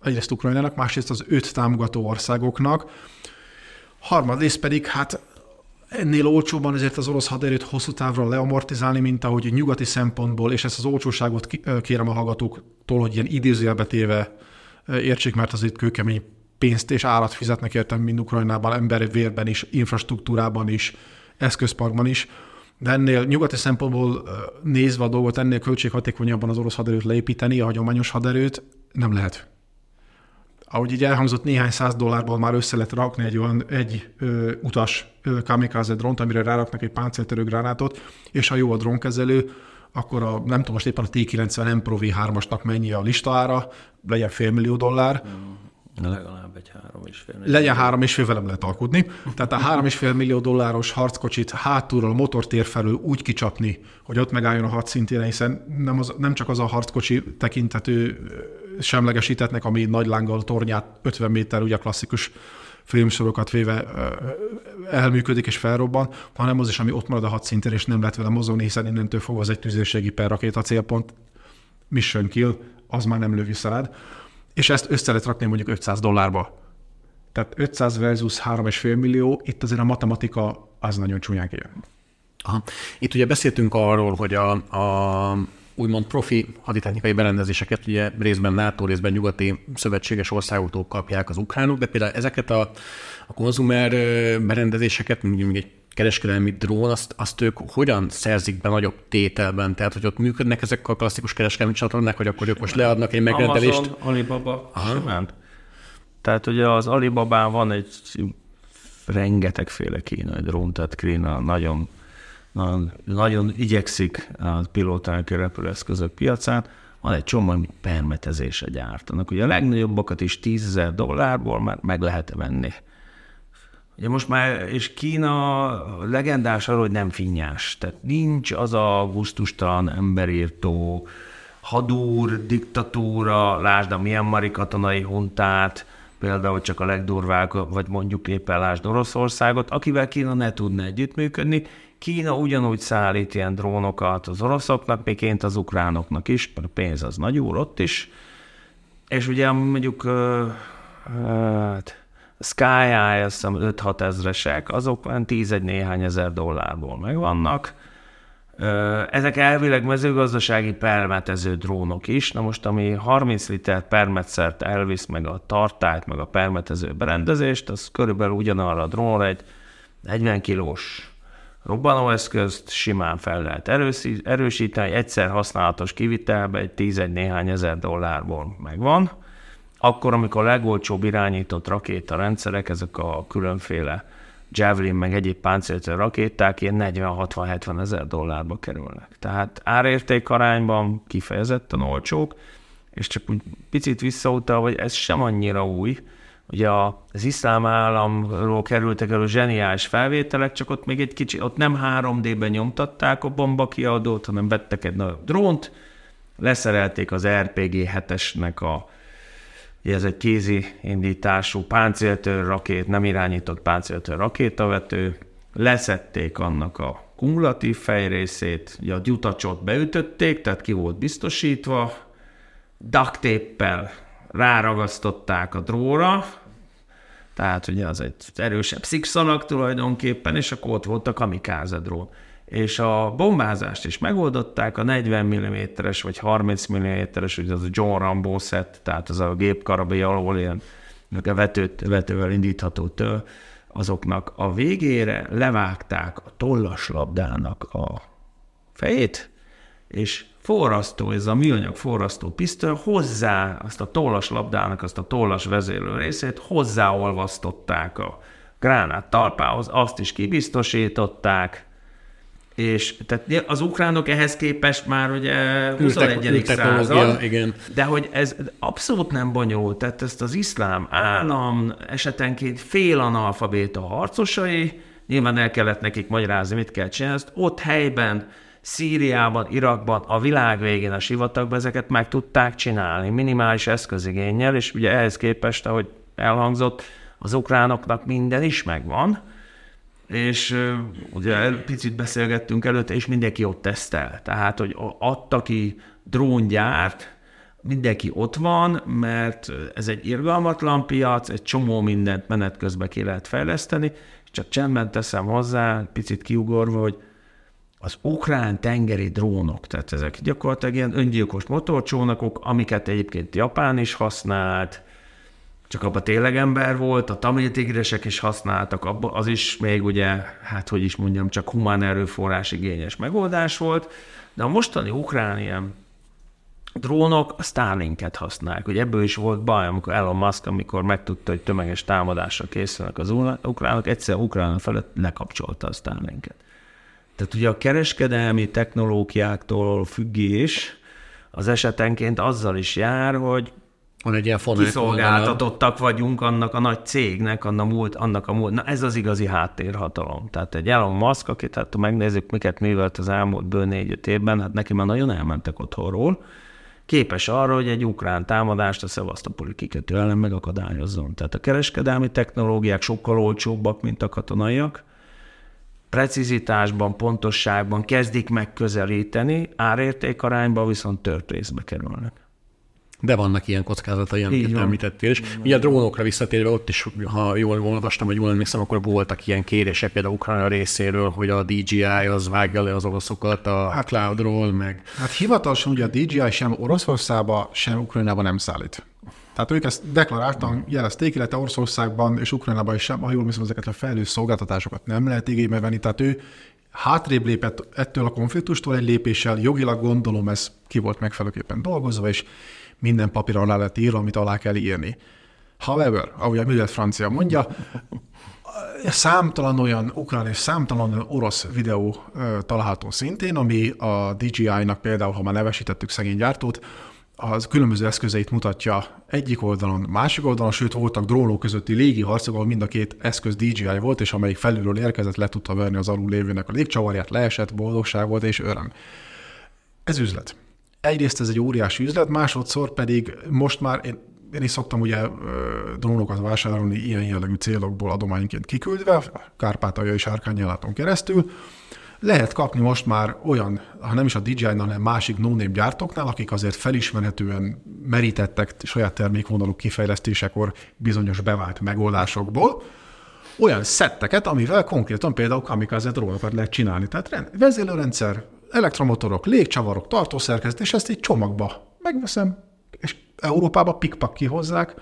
[SPEAKER 2] egyrészt Ukrajnának, másrészt az 5 támogató országoknak, harmadrészt pedig hát ennél olcsóban ezért az orosz haderőt hosszú távra leamortizálni, mint ahogy nyugati szempontból, és ezt az olcsóságot kérem a hallgatóktól, hogy ilyen idézőjelbe téve értsék, mert azért kőkemény pénzt és árat fizetnek értem mind Ukrajnában, embervérben is, infrastruktúrában is, eszközparkban is, de ennél nyugati szempontból nézve a dolgot, ennél költséghatékonyabban az orosz haderőt leépíteni, a hagyományos haderőt nem lehet. Ahogy így elhangzott, néhány $100 már össze lehet rakni egy utas kamikaze drónt, amire ráraknak egy páncéltörő gránátot, és ha jó a drónkezelő, akkor nem tudom most éppen a T-90 M Pro V3-asnak mennyi a listaára, legyen $500 000.
[SPEAKER 1] Legalább egy 3,5 millió.
[SPEAKER 2] Legyen 3,5, velem lehet alkudni. Tehát a $3,5 millió harckocsit hátulról, a motortér felől úgy kicsapni, hogy ott megálljon a hadszintén, hiszen nem csak az a harckocsi tekintető semlegesítetnek, ami nagy lánggal tornyát 50 méter, ugye klasszikus filmsorokat véve elműködik és felrobban, hanem az is, ami ott marad a hadszinten, és nem lehet vele mozogni, hiszen innentől fogva az egy tüzérségi per rakéta célpont, mission kill, az már nem lő vissza rád. És ezt össze lehet rakni mondjuk $500. Tehát 500 versus 3,5 millió, itt azért a matematika az nagyon csúnyán kijön.
[SPEAKER 3] Aha. Itt ugye beszéltünk arról, hogy a úgymond profi haditechnikai berendezéseket ugye részben NATO, részben nyugati szövetséges országoktól kapják az ukránok, de például ezeket a konzumer berendezéseket, mondjuk egy kereskedelmi drón, azt ők hogyan szerzik be nagyobb tételben? Tehát, hogy ott működnek ezek a klasszikus kereskedelmi csatornák, hogy akkor ők most leadnak egy megrendelést?
[SPEAKER 1] Amazon, Alibaba, simán. Tehát ugye az Alibabán van egy rengetegféle kínai drón, tehát Kína nagyon igyekszik a pilótánki repülőeszközök piacán, van egy csomó, amit permetezésre gyártanak. Ugye a legnagyobbakat is $10,000 már meg lehet venni. Ugye most már, és Kína legendás arról, hogy nem finnyás. Tehát nincs az a gusztustalan, emberírtó, hadúr, diktatúra, lásd a Myanmari katonai huntát, például csak a legdurvább, vagy mondjuk éppen lásd Oroszországot, akivel Kína ne tudna együttműködni. Kína ugyanúgy szállít ilyen drónokat az oroszoknak, miként az ukránoknak is, mert a pénz az nagy úr ott is. És ugye mondjuk Sky Eye, azt hiszem 5-6 ezresek, azok olyan néhány $10,000 megvannak. Ezek elvileg mezőgazdasági permetező drónok is. Na most, ami 30 liter permetszert elvisz, meg a tartályt, meg a permetező berendezést, az körülbelül ugyanarra a drónra egy 40 kilós robbanóeszközt simán fel lehet erősíteni, egyszer használatos kivitelbe egy néhány $10,000 megvan. Akkor, amikor a legolcsóbb irányított rakétarendszerek, ezek a különféle Javelin meg egyéb páncéltörő rakéták ilyen 40-60-70 $1,000 kerülnek. Tehát árérték arányban kifejezetten olcsók, és csak úgy picit visszautalva, hogy ez sem annyira új. Ugye az iszlám államról kerültek elő zseniális felvételek, csak ott még egy kicsi, ott nem 3D-ben nyomtatták a bombakiadót, hanem vettek egy nagyobb drónt, leszerelték az RPG-7-esnek ez egy kézi indítású páncéltörő rakét, nem irányított páncéltörő rakétavető, leszették annak a kumulatív fejrészét, ugye a gyutacsot beütötték, tehát ki volt biztosítva, duct tape-pel ráragasztották a drónra, tehát ugye az egy erősebb szikszanak tulajdonképpen, és akkor ott volt a kamikaze drón. És a bombázást is megoldották, a 40 mm-es vagy 30 mm-es, ugye az a John Rambo set, tehát az a gépkarabély alól ilyen a vetővel indítható től, azoknak a végére levágták a tollaslabdának a fejét, és forrasztó, ez a műanyag forrasztó pisztoly hozzá azt a tollaslabdának, azt a tollas vezérlő részét hozzáolvasztották a gránát talpához, azt is kibiztosították, és tehát az ukránok ehhez képest már ugye 21. század,
[SPEAKER 3] igen.
[SPEAKER 1] De hogy ez abszolút nem bonyolult, tehát ezt az iszlám állam esetenként félanalfabéta harcosai, nyilván el kellett nekik magyarázni, mit kell csinálni, ezt ott helyben, Szíriában, Irakban, a világ végén a sivatagban ezeket meg tudták csinálni, minimális eszközigénnyel, és ugye ehhez képest, ahogy elhangzott, az ukránoknak minden is megvan, és ugye picit beszélgettünk előtte, és mindenki ott tesztel. Tehát, hogy adta ki dróngyárt, mindenki ott van, mert ez egy irgalmatlan piac, egy csomó mindent menet közben ki lehet fejleszteni, csak csendben teszem hozzá, picit kiugorva, hogy az ukrán tengeri drónok, tehát ezek gyakorlatilag ilyen öngyilkos motorcsónakok, amiket egyébként Japán is használt, csak abban tényleg ember volt, a tamil tigrisek is használtak, az is még ugye, hát hogy is mondjam, csak humán erőforrás igényes megoldás volt, de a mostani ukrán ilyen drónok a Starlinket használják. Ugye ebből is volt baj, amikor Elon Musk, amikor megtudta, hogy tömeges támadásra készülnek az ukránok, egyszer Ukrán felett lekapcsolta a Starlinket. Tehát ugye a kereskedelmi technológiáktól függés az esetenként azzal is jár, hogy
[SPEAKER 3] van egy ilyen
[SPEAKER 1] kiszolgáltatottak vagyunk annak a nagy cégnek, annak a múlt. Na ez az igazi háttérhatalom. Tehát egy Elon Musk, akit hát megnézzük, miket művelt az elmúlt 4-5 évben, hát neki már nagyon elmentek otthonról, képes arra, hogy egy ukrán támadást a szevasztopoli kikötő ellen megakadályozzon. Tehát a kereskedelmi technológiák sokkal olcsóbbak, mint a katonaiak, precizitásban, pontosságban kezdik megközelíteni, árértékarányban viszont tört részbe kerülnek.
[SPEAKER 3] De vannak ilyen kockázatai, amiket említettél. És ugye a drónokra visszatérve ott is, ha jól olvastam, vagy jól emlékszem, akkor voltak ilyen kérések például Ukrajna részéről, hogy a DJI az vágja le az oroszokat a cloudról, meg...
[SPEAKER 2] Hát hivatalosan ugye a DJI sem Oroszországba, sem Ukrajnába nem szállít. Tehát ők ezt deklaráltan jelezték, illetve Oroszországban és Ukrajnában is sem, ha jól hiszem, ezeket a fejlő szolgáltatásokat nem lehet igénybe venni. Tehát ő hátrébb lépett ettől a konfliktustól egy lépéssel, jogilag gondolom ez ki volt megfelelőképpen dolgozva, és minden papíron alá lehet írva, amit alá kell írni. However, ahogy a művelet francia mondja, számtalan olyan ukrán és számtalan olyan orosz videó található szintén, ami a DJI-nak például, ha már nevesítettük szegény gyártót, az különböző eszközeit mutatja egyik oldalon, másik oldalon, sőt voltak drónok közötti légi harcok, ahol mind a két eszköz DJI volt, és amelyik felülről érkezett, le tudta verni az alul lévőnek a légcsavarját, leesett, boldogság volt és öröm. Ez üzlet. Egyrészt ez egy óriási üzlet, másodszor pedig most már én is szoktam ugye drónokat vásárolni ilyen jellegű célokból adományként kiküldve, Kárpátaljai sárkányelláton keresztül. Lehet kapni most már olyan, ha nem is a DJI-nál, hanem másik no-name gyártóknál, akik azért felismerhetően merítettek saját termékvonaluk kifejlesztésekor bizonyos bevált megoldásokból, olyan szetteket, amivel konkrétan például kamikaze drónokat lehet csinálni. Tehát vezérlőrendszer, elektromotorok, légcsavarok, tartószerkezet, és ezt egy csomagba megveszem, és Európába pikpak kihozzák.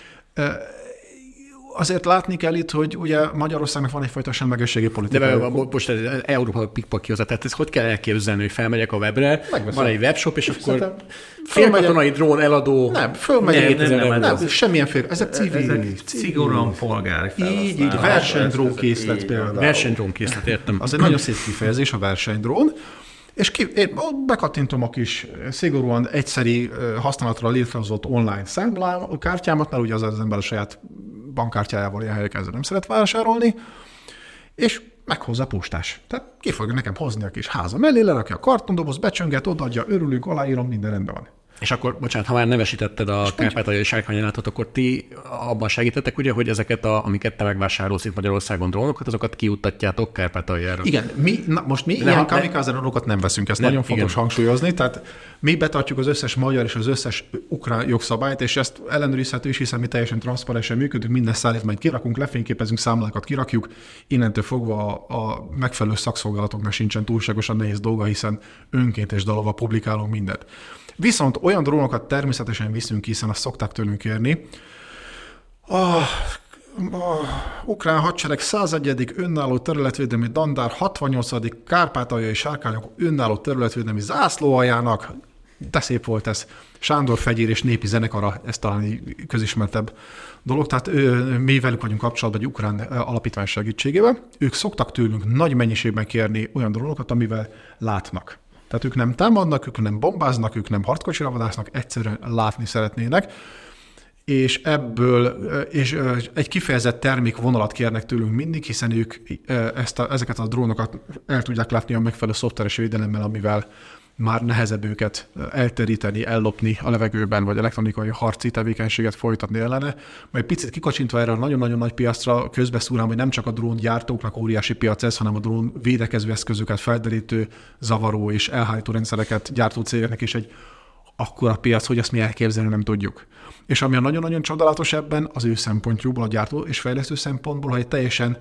[SPEAKER 2] Azért látni kell itt, hogy ugye Magyarországnak van egyfajta semlegességi politika.
[SPEAKER 3] De most Európa pikpak kihozzá, tehát ezt hogy kell elképzelni, hogy felmegyek a webre, van egy webshop, és akkor félkatonai drón eladó...
[SPEAKER 2] Nem, fölmegyek, nem, semmilyen fél, ezek civil.
[SPEAKER 1] Ezek szigorúan polgári felhasználás.
[SPEAKER 2] Így, versenydrón készlet például.
[SPEAKER 3] Versenydrón készlet, értem.
[SPEAKER 2] Az egy nagyon szép kifejezés a versenydrón. És én bekattintom a kis szigorúan egyszeri használatra létrehozott online számlakártyámat, mert ugye az ember a saját bankkártyájával ilyen helyeken nem szeret vásárolni, és meghozza a postás. Tehát ki fogja nekem hozni a kis háza mellé, lerakja a kartondoboz, becsönget, odaadja, örülünk, aláírom, minden rendben van.
[SPEAKER 3] És akkor, bocsánat, ha már nevesítetted a kárpátaljai sárkányellátot, akkor ti abban segítettek, ugye, hogy ezeket, amiket te megvásárolsz itt Magyarországon drónokat, azokat kijuttatjátok Kárpátaljára.
[SPEAKER 2] Igen, most mi ilyen kamikaze drónokat nem veszünk, ezt nagyon fontos hangsúlyozni, tehát mi betartjuk az összes magyar és az összes ukrán jogszabályt, és ezt ellenőrizhető is, hiszen mi teljesen transzparensen működünk, minden szállítmányt kirakunk, lefényképezünk, számlákat kirakjuk, innentől fogva a megfelelő szakszolgálatoknak sincsen túlságosan nehéz dolga, hiszen önkéntes dalolva publikálunk mindent. Viszont olyan drónokat természetesen viszünk, hiszen azt szokták tőlünk kérni. A ukrán hadsereg 101. önálló területvédelmi dandár 68. kárpátaljai sárkányok önálló területvédelmi zászlóaljának, de szép volt ez, Sándor Fegyér és népi zenekara, ez talán közismertebb dolog, tehát mi velük vagyunk kapcsolatban egy ukrán alapítvány segítségével. Ők szoktak tőlünk nagy mennyiségben kérni olyan drónokat, amivel látnak. Tehát ők nem támadnak, ők nem bombáznak, ők nem harckocsira vadásznak, egyszerűen látni szeretnének, és ebből és egy kifejezett termékvonalat kérnek tőlünk mindig, hiszen ők ezeket a drónokat el tudják látni a megfelelő szoftveres védelemmel, amivel már nehezebb őket elteríteni, ellopni a levegőben, vagy elektronikai harci tevékenységet folytatni ellene. Majd picit kikacsintva erre a nagyon-nagyon nagy piacra közbeszúrám, hogy nem csak a dróngyártóknak óriási piac ez, hanem a drón védekező eszközöket, felderítő, zavaró és elhárító rendszereket gyártó cégeknek is egy akkor a piac, hogy azt mi elképzelni nem tudjuk. És ami a nagyon-nagyon csodálatos ebben, az ő szempontjukból, a gyártó és fejlesztő szempontból, hogy teljesen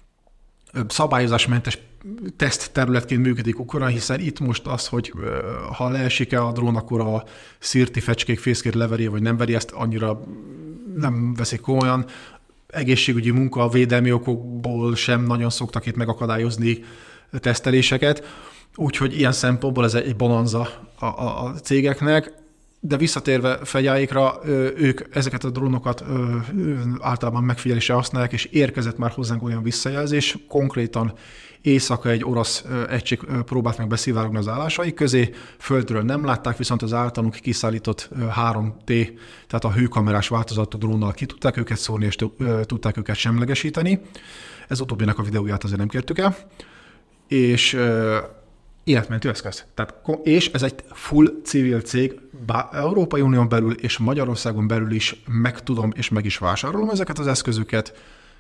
[SPEAKER 2] szabályozásmentes teszt területként működik Ukrajna, hiszen itt most az, hogy ha leesik-e a drón, akkor a szirti fecskék fészkét leveri, vagy nem veri, ezt annyira nem veszik komolyan. Egészségügyi munka, védelmi okokból sem nagyon szoktak itt megakadályozni teszteléseket, úgyhogy ilyen szempontból ez egy bonanza a cégeknek, de visszatérve Fegyáikra, ők ezeket a drónokat általában megfigyelésre használják, és érkezett már hozzánk olyan visszajelzés, konkrétan éjszaka egy orosz egység próbált meg beszivárogni az állásai közé, földről nem látták, viszont az általunk kiszállított 3T, tehát a hőkamerás változatú drónnal ki tudták őket szórni, és tudták őket semlegesíteni. Ez utóbbinak a videóját azért nem kértük el. És életmentő eszköz. És ez egy full civil cég, Európai Unión belül és Magyarországon belül is megtudom és meg is vásárolom ezeket az eszközöket.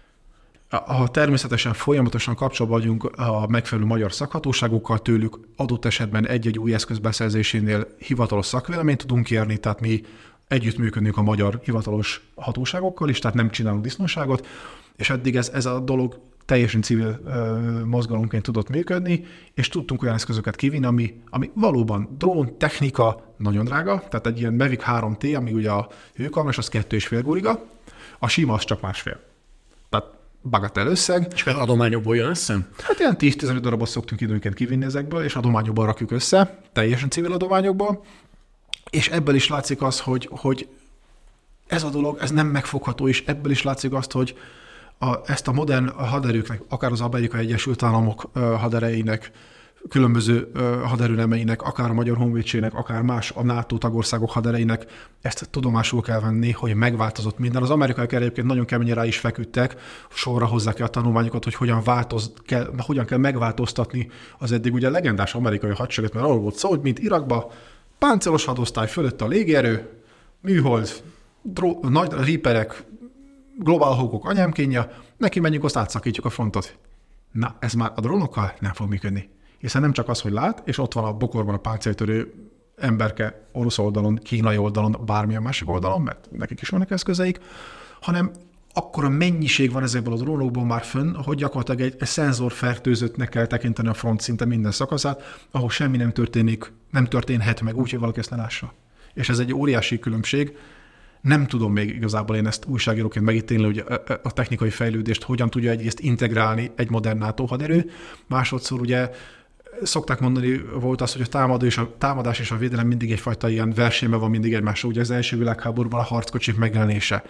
[SPEAKER 2] Természetesen folyamatosan kapcsolatban vagyunk a megfelelő magyar szakhatóságokkal, tőlük adott esetben egy-egy új eszköz beszerzésénél hivatalos szakvéleményt tudunk kérni, tehát mi együttműködünk a magyar hivatalos hatóságokkal is, tehát nem csinálunk disznóságot, és eddig ez a dolog teljesen civil mozgalomként tudott működni, és tudtunk olyan eszközöket kivinni, ami valóban drón, technika, nagyon drága, tehát egy ilyen Mavic 3T, ami ugye a hőkamerás, az 2,5 guriga, a sima az csak 1,5. Tehát bagatell összeg.
[SPEAKER 3] És adományokból jön össze?
[SPEAKER 2] Hát ilyen 10-15 darabot szoktunk időnként kivinni ezekből, és adományokból rakjuk össze, teljesen civil adományokból, és ebből is látszik az, hogy ez a dolog, ez nem megfogható, és ebből is látszik azt, hogy ezt a modern haderőknek, akár az Amerikai Egyesült Államok haderejének, különböző haderőnemeinek, akár a Magyar Honvédségnek, akár más a NATO tagországok haderejének, ezt tudomásul kell venni, hogy megváltozott minden. Az amerikaiak egyébként nagyon keményen rá is feküdtek, sorra hozzák el a tanulmányokat, hogy hogyan kell megváltoztatni az eddig ugye legendás amerikai hadsereget, mert arról volt szó, hogy mint Irakban, páncélos hadosztály fölött a légierő, műhold, nagy riperek, Global Hawkok anyámkínja, neki menjünk, azt átszakítjuk a frontot. Na, ez már a drónokkal nem fog működni. Hiszen nem csak az, hogy lát, és ott van a bokorban a páncéltörő emberke orosz oldalon, kínai oldalon, bármilyen másik oldalon, mert nekik is vannak eszközeik, hanem akkora mennyiség van ezekből a drónokból már fönn, hogy gyakorlatilag egy szenzorfertőzöttnek kell tekinteni a front szinte minden szakaszát, ahol semmi nem történhet meg úgy, hogy valaki ezt ne lássa. És ez egy óriási különbség. Nem tudom még igazából én ezt újságíróként megítélni, hogy a technikai fejlődést hogyan tudja egyrészt integrálni egy modern NATO haderő. Másodszor ugye szokták mondani, volt az, hogy a támadás és a védelem mindig egyfajta ilyen versenyben van mindig egymással. Ugye az első világháborúban a harckocsik megjelenése.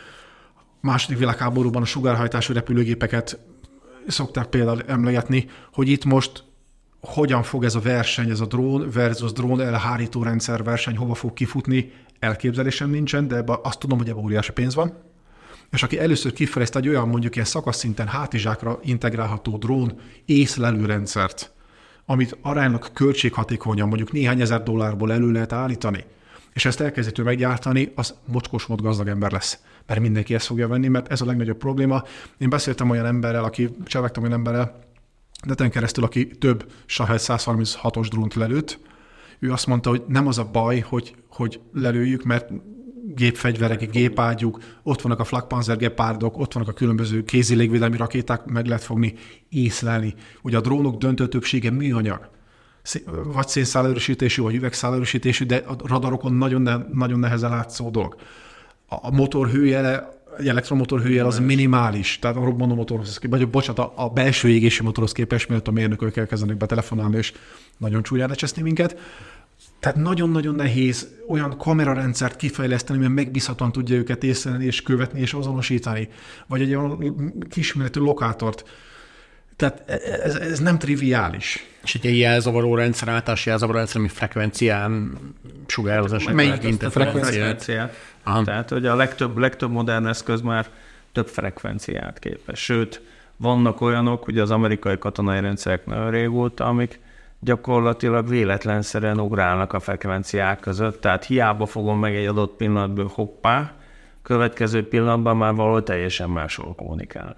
[SPEAKER 2] Második világháborúban a sugárhajtású repülőgépeket szokták például emlegetni, hogy itt most hogyan fog ez a verseny, ez a drón versus drón elhárító rendszer verseny, hova fog kifutni, elképzelésem nincsen, de azt tudom, hogy ebben óriási pénz van. És aki először kifejleszt egy olyan mondjuk ilyen szakaszszinten hátizsákra integrálható drón észlelő rendszert, amit aránylag költséghatékonyan mondjuk néhány ezer dollárból elő lehet állítani, és ezt elkezdhető meggyártani, az mocskosmod gazdag ember lesz. Mert mindenki ezt fogja venni, mert ez a legnagyobb probléma. Én beszéltem olyan emberrel, csevegtem olyan emberrel, neten keresztül, aki több Shahed 136-os drónt lelőtt. Ő azt mondta, hogy nem az a baj, hogy lelőjük, mert gépfegyverek, gépágyúk, ott vannak a Flakpanzer gepárdok, ott vannak a különböző kézi légvédelmi rakéták, meg lehet fogni, észlelni. Ugye a drónok döntő többsége műanyag. Vagy szénszállerősítésű, vagy üvegszállerősítésű, de a radarokon nagyon nehezen látszó dolog. A motor hőjele, egy elektromotor hőjel az minimális, tehát a robbanó motorhoz, vagy bocsánat, a belső égési motorhoz képest, mielőtt a mérnökök elkezdenek betelefonálni, és nagyon csúnyán lecseszni minket. Tehát nagyon-nagyon nehéz olyan kamerarendszert kifejleszteni, ami megbízhatóan tudja őket észlelni, és követni, és azonosítani. Vagy egy olyan kisméretű lokátort. Tehát ez nem triviális.
[SPEAKER 3] És egy jelzavaró rendszer, általános jelzavaró rendszer, ami frekvencián sugározásnak
[SPEAKER 1] tekintett frekvenciát. Tehát, hogy a legtöbb modern eszköz már több frekvenciát képes. Sőt, vannak olyanok, ugye az amerikai katonai rendszerek nagyon régóta, amik gyakorlatilag véletlenszerűen ugrálnak a frekvenciák között, tehát hiába fogom meg egy adott pillanatban hoppá, következő pillanatban már valahol teljesen máshol kommunikál.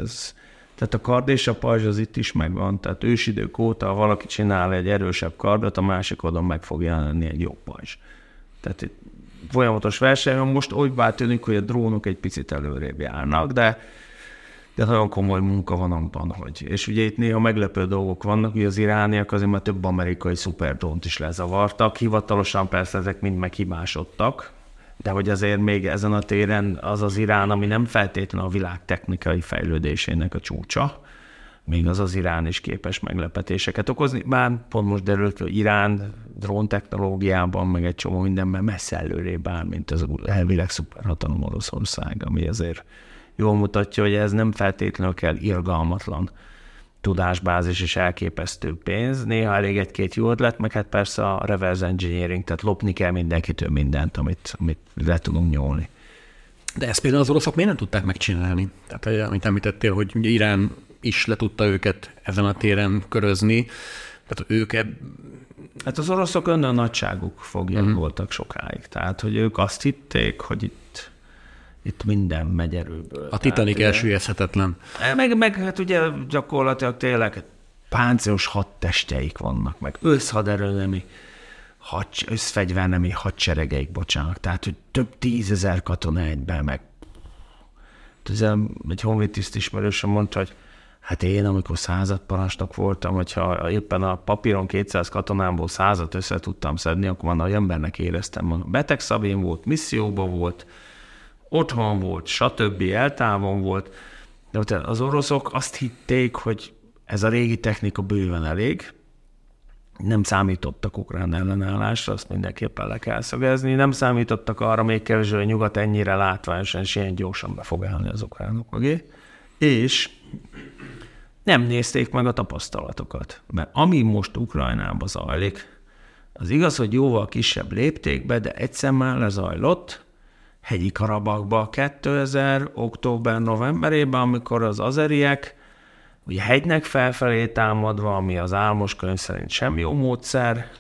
[SPEAKER 1] Tehát a kard és a pajzs az itt is megvan, tehát ősidők óta, ha valaki csinál egy erősebb kardot, a másik oldalon meg fog jelenni egy jobb pajzs. Tehát itt folyamatos verseny, most úgy tűnik, hogy a drónok egy picit előrébb járnak, de nagyon komoly munka van abban, hogy. És ugye itt néha meglepő dolgok vannak, hogy az irániak azért már több amerikai szuperdrónt is lezavartak. Hivatalosan persze ezek mind meghibásodtak, de hogy azért még ezen a téren az Irán, ami nem feltétlenül a világ technikai fejlődésének a csúcsa, még az Irán is képes meglepetéseket okozni. Bár pont most derült, hogy Irán dróntechnológiában, meg egy csomó mindenben messze előrébb áll, mint az elvileg szuperhatalom Oroszország, ami azért jól mutatja, hogy ez nem feltétlenül kell irgalmatlan tudásbázis és elképesztő pénz. Néha elég egy-két jó ötlet, meg hát persze a reverse engineering, tehát lopni kell mindenkitől mindent, amit le tudunk nyúlni.
[SPEAKER 3] De ezt például az oroszok miért nem tudták megcsinálni? Tehát, amit említettél, hogy ugye Irán is le tudta őket ezen a téren körözni, tehát ők
[SPEAKER 1] Hát az oroszok önnön nagyságuk fogják voltak sokáig. Tehát, hogy ők azt hitték, hogy itt minden megy erőből.
[SPEAKER 3] A Titanic elsüllyeszthetetlen.
[SPEAKER 1] Meg hát ugye gyakorlatilag tényleg páncélos hadtesteik vannak, meg összhaderőnemi, összfegyvernemi hadseregeik, bocsánat. Tehát, hogy több 10 000 katona egyben, meg egy honvédtiszt ismerősen mondta, hogy hát én, amikor századparancsnok voltam, hogyha éppen a papíron 200 katonámból 100-at össze tudtam szedni, akkor már nagy embernek éreztem. A betegszabén volt, misszióban volt, otthon volt, stb. Eltávon volt. De az oroszok azt hitték, hogy ez a régi technika bőven elég. Nem számítottak ukrán ellenállásra, azt mindenképpen le kell szögezni. Nem számítottak arra még kevésbé, hogy nyugat ennyire látványosan és ilyen gyorsan be fog állni az ukránok mögé. És nem nézték meg a tapasztalatokat. Mert ami most Ukrajnában zajlik, az igaz, hogy jóval kisebb léptékben, de egyszer már lezajlott Hegyi Karabakba 2000. október-novemberében, amikor az azeriek ugye hegynek felfelé támadva, ami az álmos könyv szerint sem jó módszer,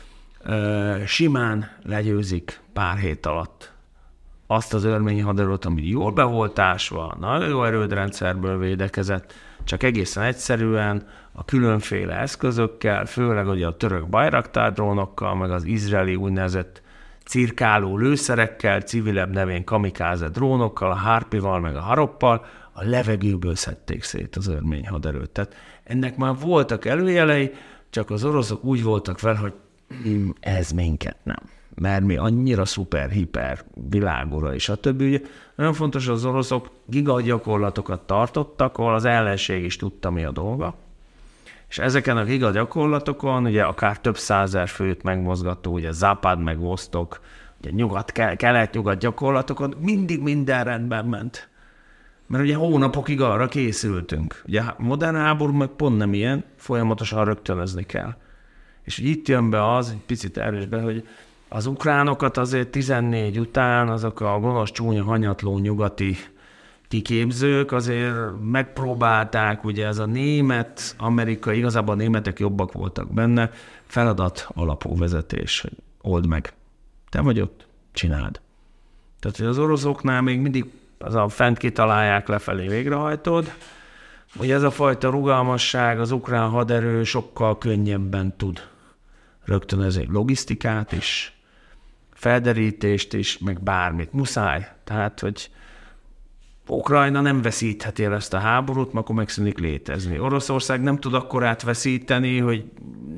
[SPEAKER 1] simán legyőzik pár hét alatt azt az örmény haderőt, ami jól be volt ásva, nagyon jó erődrendszerből védekezett, csak egészen egyszerűen a különféle eszközökkel, főleg ugye a török Bayraktar drónokkal, meg az izraeli úgynevezett cirkáló lőszerekkel, civilebb nevén kamikáze drónokkal, a Harpival, meg a Haroppal, a levegőből szedték szét az örmény haderőt. Tehát ennek már voltak előjelei, csak az oroszok úgy voltak fel, hogy ez minket nem. Mert mi annyira szuper, hiper, világúra és a többi. Ugye, nagyon fontos, hogy az oroszok gigagyakorlatokat tartottak, ahol az ellenség is tudta, mi a dolga. És ezeken a gigagyakorlatokon ugye akár több 100 000 főt megmozgató, ugye Západ meg Vostok, ugye kelet-nyugat gyakorlatokon mindig minden rendben ment. Mert ugye hónapokig arra készültünk. Ugye modern háború meg pont nem ilyen, folyamatosan rögtönözni kell. És itt jön be az, egy picit erősbe, hogy az ukránokat azért 14 után azok a gonosz, csúnya, hanyatló nyugati kiképzők azért megpróbálták, ugye ez a német, amerikai, igazából a németek jobbak voltak benne, feladat alapú vezetés, hogy old meg. Te vagy ott, csináld. Tehát, hogy az oroszoknál még mindig az a fent kitalálják, lefelé végrehajtod, hogy ez a fajta rugalmasság, az ukrán haderő sokkal könnyebben tud rögtönözni logisztikát is, felderítést is, meg bármit. Muszáj. Tehát, hogy Ukrajna nem veszítheti el ezt a háborút, akkor megszűnik létezni. Oroszország nem tud akkorát veszíteni, hogy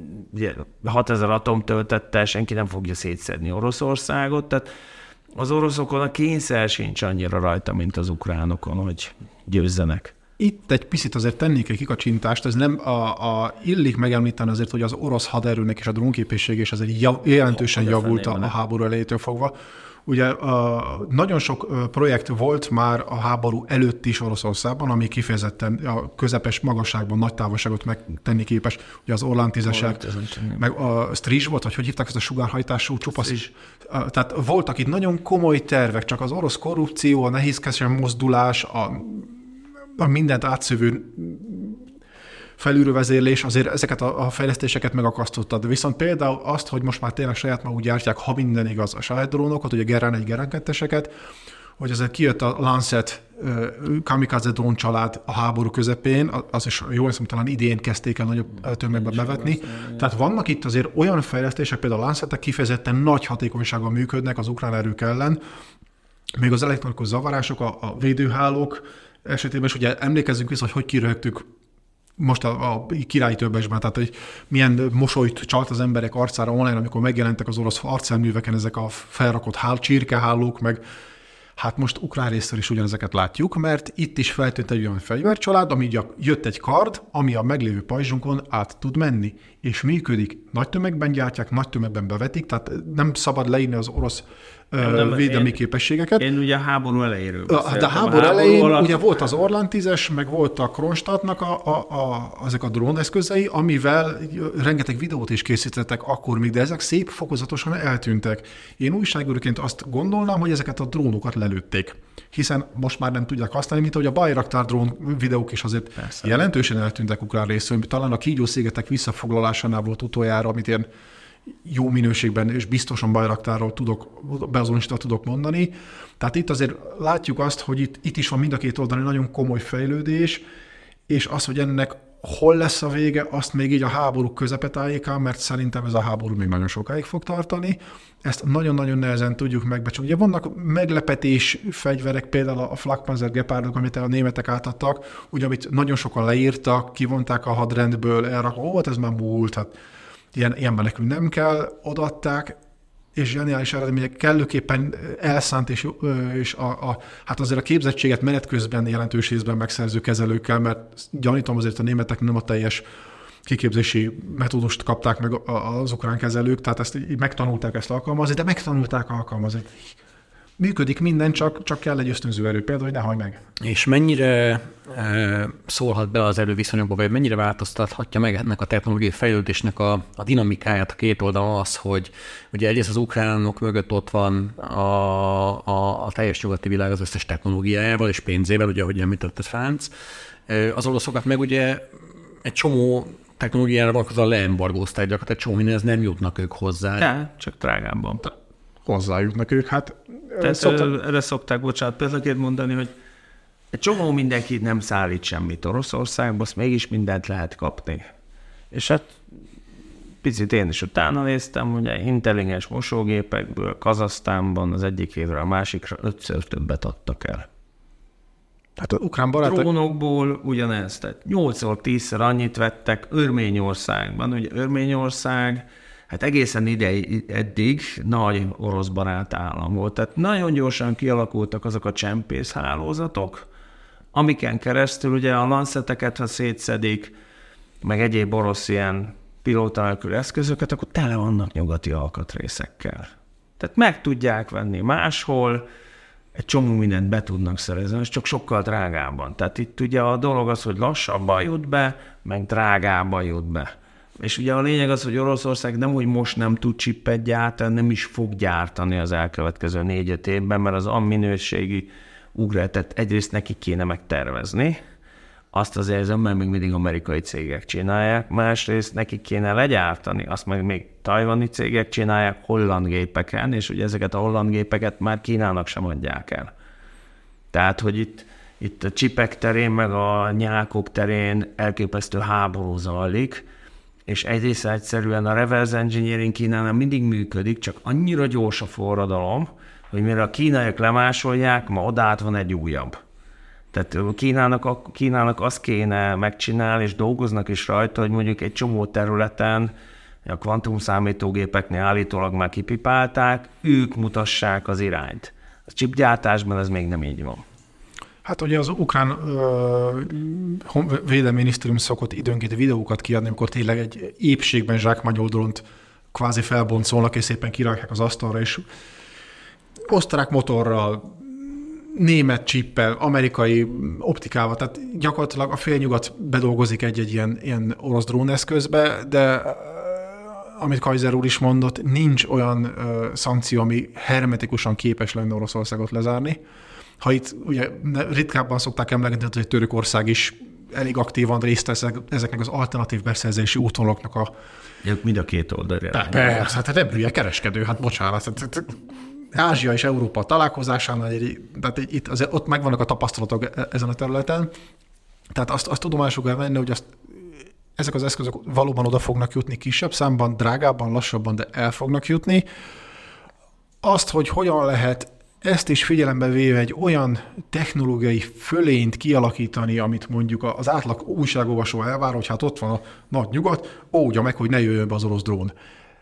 [SPEAKER 1] 6000 atomtöltettel senki nem fogja szétszedni Oroszországot, tehát az oroszokon a kényszer sincs annyira rajta, mint az ukránokon, hogy győzzenek.
[SPEAKER 2] Itt egy picit azért tennék egy kikacsintást, ez nem illik megemlíteni azért, hogy az orosz haderőnek és a drónképessége és azért jelentősen javult a háború elejétől fogva. Ugye nagyon sok projekt volt már a háború előtt is Oroszországban, ami kifejezetten a közepes magasságban nagy távolságot megtenni képes. Ugye az Orlán 10-esek, meg a Strizs volt, vagy hogy hívták ezt a sugárhajtású csupasz. Tehát voltak itt nagyon komoly tervek, csak az orosz korrupció, a nehézkesen mozdulás, a mindent átszövő felülről vezérlés, azért ezeket a fejlesztéseket megakasztottad. Viszont például azt, hogy most már tényleg saját maguk gyártják, ha minden igaz, a saját drónokat, ugye Gerán 1, Gerán 2-eseket, hogy azért kijött a Lancet kamikaze drón család a háború közepén, az is jól hiszem, talán idén kezdték el nagyobb tömegben bevetni. Tehát vannak itt azért olyan fejlesztések, például a Lancetek kifejezetten nagy hatékonysággal működnek az ukrán erők ellen, még az elektronikus zavarások, a védőhálók esetében is, ugye emlékezzünk vissza, hogy kiröhögtük most a királyi többesben, tehát hogy milyen mosolyt csalt az emberek arcára online, amikor megjelentek az orosz arcfelműveken ezek a felrakott csirkehálók, meg hát most ukrán részről is ugyanezeket látjuk, mert itt is feltűnt egy olyan fegyvercsalád, ami jött egy kard, ami a meglévő pajzsunkon át tud menni, és működik. Nagy tömegben gyártják, nagy tömegben bevetik, tehát nem szabad leírni az orosz védelmi képességeket.
[SPEAKER 1] Én ugye a háború elejéről
[SPEAKER 2] beszéltem. De a háború elején ugye volt az Orlan 10-es, meg volt a Kronstadtnak ezek a dróneszközei, amivel rengeteg videót is készítettek akkor még, de ezek szép fokozatosan eltűntek. Én újságíróként azt gondolnám, hogy ezeket a drónokat lelőtték, hiszen most már nem tudják használni, mint ahogy a Bayraktar drón videók is azért jelentősen eltűntek ukrán részről. Talán a Kígyó-szigetek visszafoglalásánál volt utoljára, amit ilyen jó minőségben és biztosan Bayraktarról beazonosítva tudok mondani. Tehát itt azért látjuk azt, hogy itt is van mind a két oldalon nagyon komoly fejlődés, és az, hogy ennek hol lesz a vége, azt még így a háború közepetájékán, mert szerintem ez a háború még nagyon sokáig fog tartani. Ezt nagyon-nagyon nehezen tudjuk megbecsülni. Ugye vannak meglepetés fegyverek, például a Flakpanzer Gepardok, amit a németek átadtak, ugye amit nagyon sokan leírtak, kivonták a hadrendből, elrakva, ez már múlt, hát ilyenben nekünk nem kell, odaadták, és zseniális eredmények kellőképpen elszánt, és hát azért a képzettséget menet közben jelentős részben megszerző kezelőkkel, mert gyanítom azért a németek nem a teljes kiképzési metódust kapták meg az ukrán kezelők, tehát ezt így megtanulták ezt alkalmazni, de megtanulták alkalmazni. Működik minden, csak kell egy ösztönző erő, például, hogy ne hagyd meg.
[SPEAKER 3] És mennyire szólhat be az erőviszonyokba, vagy mennyire változtathatja meg ennek a technológiai fejlődésnek a dinamikáját a két oldalon az, hogy ugye egyrészt az ukránok mögött ott van a teljes nyugati világ az összes technológiájával és pénzével, ugye, ahogy említette Franc. Az oroszokat meg ugye egy csomó technológiára vonatkozóan leembargózták, gyakorlatilag egy csomó mindenhez nem jutnak ők hozzá.
[SPEAKER 1] De, csak drágábban.
[SPEAKER 2] Hozzájutnak ők, hát...
[SPEAKER 1] Erre szokták, példaként mondani, hogy egy csomó mindenki nem szállít semmit Oroszországba, azt mégis mindent lehet kapni. És hát picit én is utána néztem, hogy intelligens mosógépekből Kazahsztánban az egyik évre a másikra 5-ször többet adtak el.
[SPEAKER 2] Tehát az ukrán barátok...
[SPEAKER 1] Drónokból ugyanezt, tehát 8-10-szer annyit vettek Örményországban. Ugye Örményország hát egészen eddig nagy orosz barát állam volt. Tehát nagyon gyorsan kialakultak azok a csempészhálózatok, amiken keresztül ugye a Lanceteket, ha szétszedik, meg egyéb orosz ilyen pilóta nélküli eszközöket, akkor tele vannak nyugati alkatrészekkel. Tehát meg tudják venni máshol, egy csomó mindent be tudnak szerezni, és csak sokkal drágábban. Tehát itt ugye a dolog az, hogy lassabban jut be, meg drágábban jut be. És ugye a lényeg az, hogy Oroszország nem, hogy most nem tud csippet gyártani, nem is fog gyártani az elkövetkező 4-5 évben, mert az minőségi ugrátet egyrészt neki kéne megtervezni, azt az érzem, mert még mindig amerikai cégek csinálják, másrészt nekik kéne legyártani, azt meg még tajvani cégek csinálják holland gépeken, és ugye ezeket a holland gépeket már Kínának sem adják el. Tehát, hogy itt a csipek terén, meg a nyákok terén elképesztő háború zajlik, és egyrészt egyszerűen a reverse engineering Kínánál mindig működik, csak annyira gyors a forradalom, hogy mire a kínaiak lemásolják, ma odát van egy újabb. Tehát Kínának azt kéne megcsinálni, és dolgoznak is rajta, hogy mondjuk egy csomó területen, a kvantumszámítógépeknél állítólag már kipipálták, ők mutassák az irányt. A chipgyártásban ez még nem így van.
[SPEAKER 2] Hát ugye az ukrán védelmi minisztérium szokott időnként videókat kiadni, amikor tényleg egy épségben zsákmányolt drónt kvázi felboncolnak, és szépen kirakják az asztalra, és osztrák motorral, német csippel, amerikai optikával, tehát gyakorlatilag a félnyugat bedolgozik egy ilyen orosz dróneszközbe, de amit Kaiser úr is mondott, nincs olyan szankció, ami hermetikusan képes lenne Oroszországot lezárni. Ha itt ugye ritkábban szokták emlegetni, hogy Törökország is elég aktívan részt vesz ezeknek az alternatív beszerzési útvonalaknak a...
[SPEAKER 1] Mind a két oldalra.
[SPEAKER 2] Persze, hát nem hülye kereskedő, hát bocsánat. Ázsia és Európa találkozásánál, tehát itt azért ott megvannak a tapasztalatok ezen a területen, tehát azt tudomásul kell venni, hogy ezek az eszközök valóban oda fognak jutni kisebb számban, drágábban, lassabban, de el fognak jutni. Azt, hogy hogyan lehet ezt is figyelembe véve egy olyan technológiai fölényt kialakítani, amit mondjuk az átlag újságolvasó elvár, hogy hát ott van a nagy nyugat, óvja meg, hogy ne jöjjön be az orosz drón.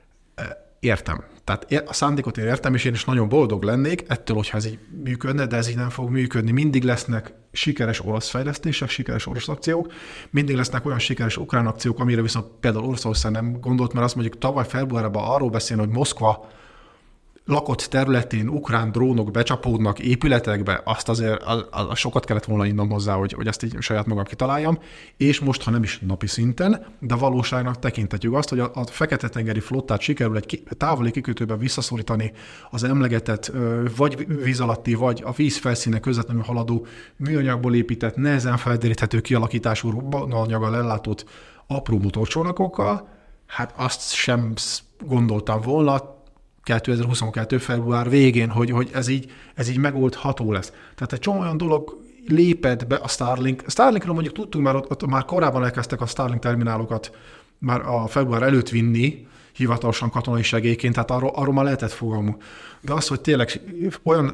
[SPEAKER 2] Értem. Tehát a szándékot én értem, és én is nagyon boldog lennék ettől, hogyha ez így működne, de ez így nem fog működni. Mindig lesznek sikeres orosz fejlesztések, sikeres orosz akciók, mindig lesznek olyan sikeres ukrán akciók, amire viszont például Oroszország nem gondolt, mert azt mondjuk tavaly februárban arról beszélni, hogy Moszkva lakott területén ukrán drónok becsapódnak épületekbe, azt azért sokat kellett volna innom hozzá, hogy ezt így saját magam kitaláljam, és most, ha nem is napi szinten, de valóságnak tekintetjük azt, hogy a Fekete-tengeri flottát sikerül egy távoli kikötőben visszaszorítani az emlegetett vagy víz alatti, vagy a víz felszíne közvetlenül haladó műanyagból épített, nehezen felderíthető kialakítású robbanóanyaggal ellátott apró motorcsónakokkal, hát azt sem gondoltam volna 2022. február végén, hogy ez így megoldható lesz. Tehát egy csomó olyan dolog lépett be a Starlink. Starlinkről mondjuk tudtunk, már korábban elkezdtek a Starlink terminálokat már a február előtt vinni, hivatalosan katonai segélyként, tehát arról már lehetett fogalmunk. De az, hogy tényleg olyan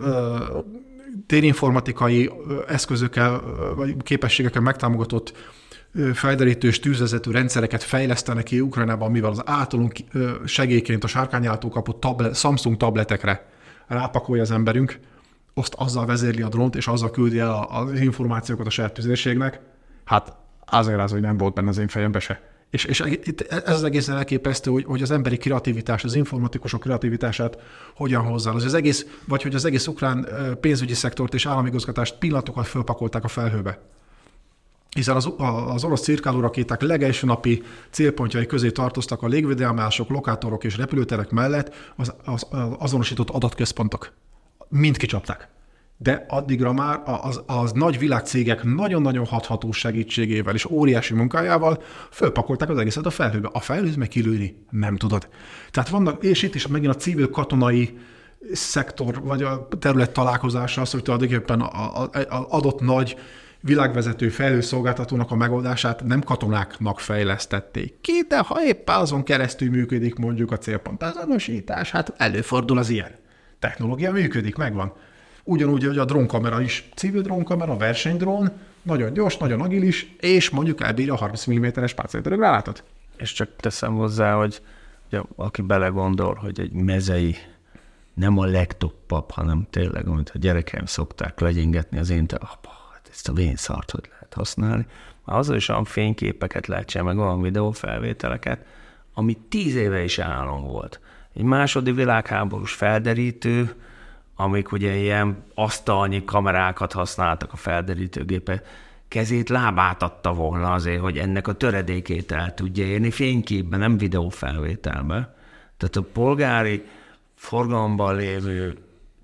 [SPEAKER 2] térinformatikai eszközökkel vagy képességekkel megtámogatott felderítős tűzvezető rendszereket fejlesztenek ki Ukrajnában, mivel az általunk segélyként a sárkányától kapott Samsung tabletekre rápakolja az emberünk, azzal vezérli a drónt, és azzal küldi el az információkat a saját tüzérségnek. Hát azért hogy nem volt benne az én fejembe se. És ez az egészen elképesztő, hogy az emberi kreativitás, az informatikusok kreativitását hogyan hozzá. Az egész, vagy hogy az egész ukrán pénzügyi szektort és államigazgatást pillanatokat fölpakolták a felhőbe. Hiszen az orosz cirkáló rakéták legelső napi célpontjai közé tartoztak a légvédelmások, lokátorok és repülőterek mellett az azonosított adatközpontok. Mind kicsapták. De addigra már az nagy világcégek nagyon-nagyon hathatós segítségével és óriási munkájával fölpakolták az egészet a felhőbe. A felhőt meg kilőni nem tudod. Tehát vannak, és itt is megint a civil katonai szektor, vagy a terület találkozása az, hogy tulajdonképpen az adott nagy világvezető felhőszolgáltatónak a megoldását nem katonáknak fejlesztették ki, de ha éppen azon keresztül működik mondjuk a célpontazonosítás, hát előfordul az ilyen. Technológia működik, megvan. Ugyanúgy, hogy a drónkamera is civil drónkamera, versenydrón, nagyon gyors, nagyon agilis, és mondjuk elbírja a 30 mm-es páncéltörő gránátot.
[SPEAKER 1] És csak teszem hozzá, hogy ugye, aki belegondol, hogy egy mezei nem a legtoppabb, hanem tényleg, amit a gyerekeim szokták legyingetni az én ezt a vénszart, hogy lehet használni. Már azzal is olyan fényképeket lehet csinálni, meg olyan videófelvételeket, ami 10 éve is álom volt. Egy második világháborús felderítő, amik ugye ilyen asztalnyi kamerákat használtak a felderítőgépet, kezét, lábát adta volna azért, hogy ennek a töredékét el tudja érni fényképben, nem videófelvételben. Tehát a polgári forgalomban lévő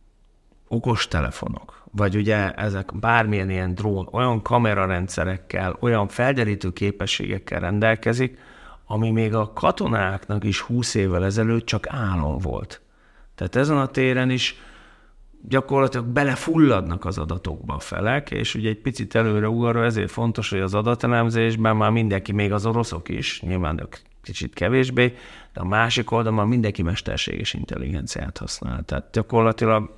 [SPEAKER 1] okostelefonok, vagy ugye ezek bármilyen ilyen drón, olyan kamerarendszerekkel, olyan felderítő képességekkel rendelkezik, ami még a katonáknak is 20 évvel ezelőtt csak álom volt. Tehát ezen a téren is gyakorlatilag belefulladnak az adatokba a felek, és ugye egy picit előre ugorva, ezért fontos, hogy az adatelemzésben már mindenki, még az oroszok is, nyilván kicsit kevésbé, de a másik oldalon mindenki mesterséges intelligenciát használ. Tehát gyakorlatilag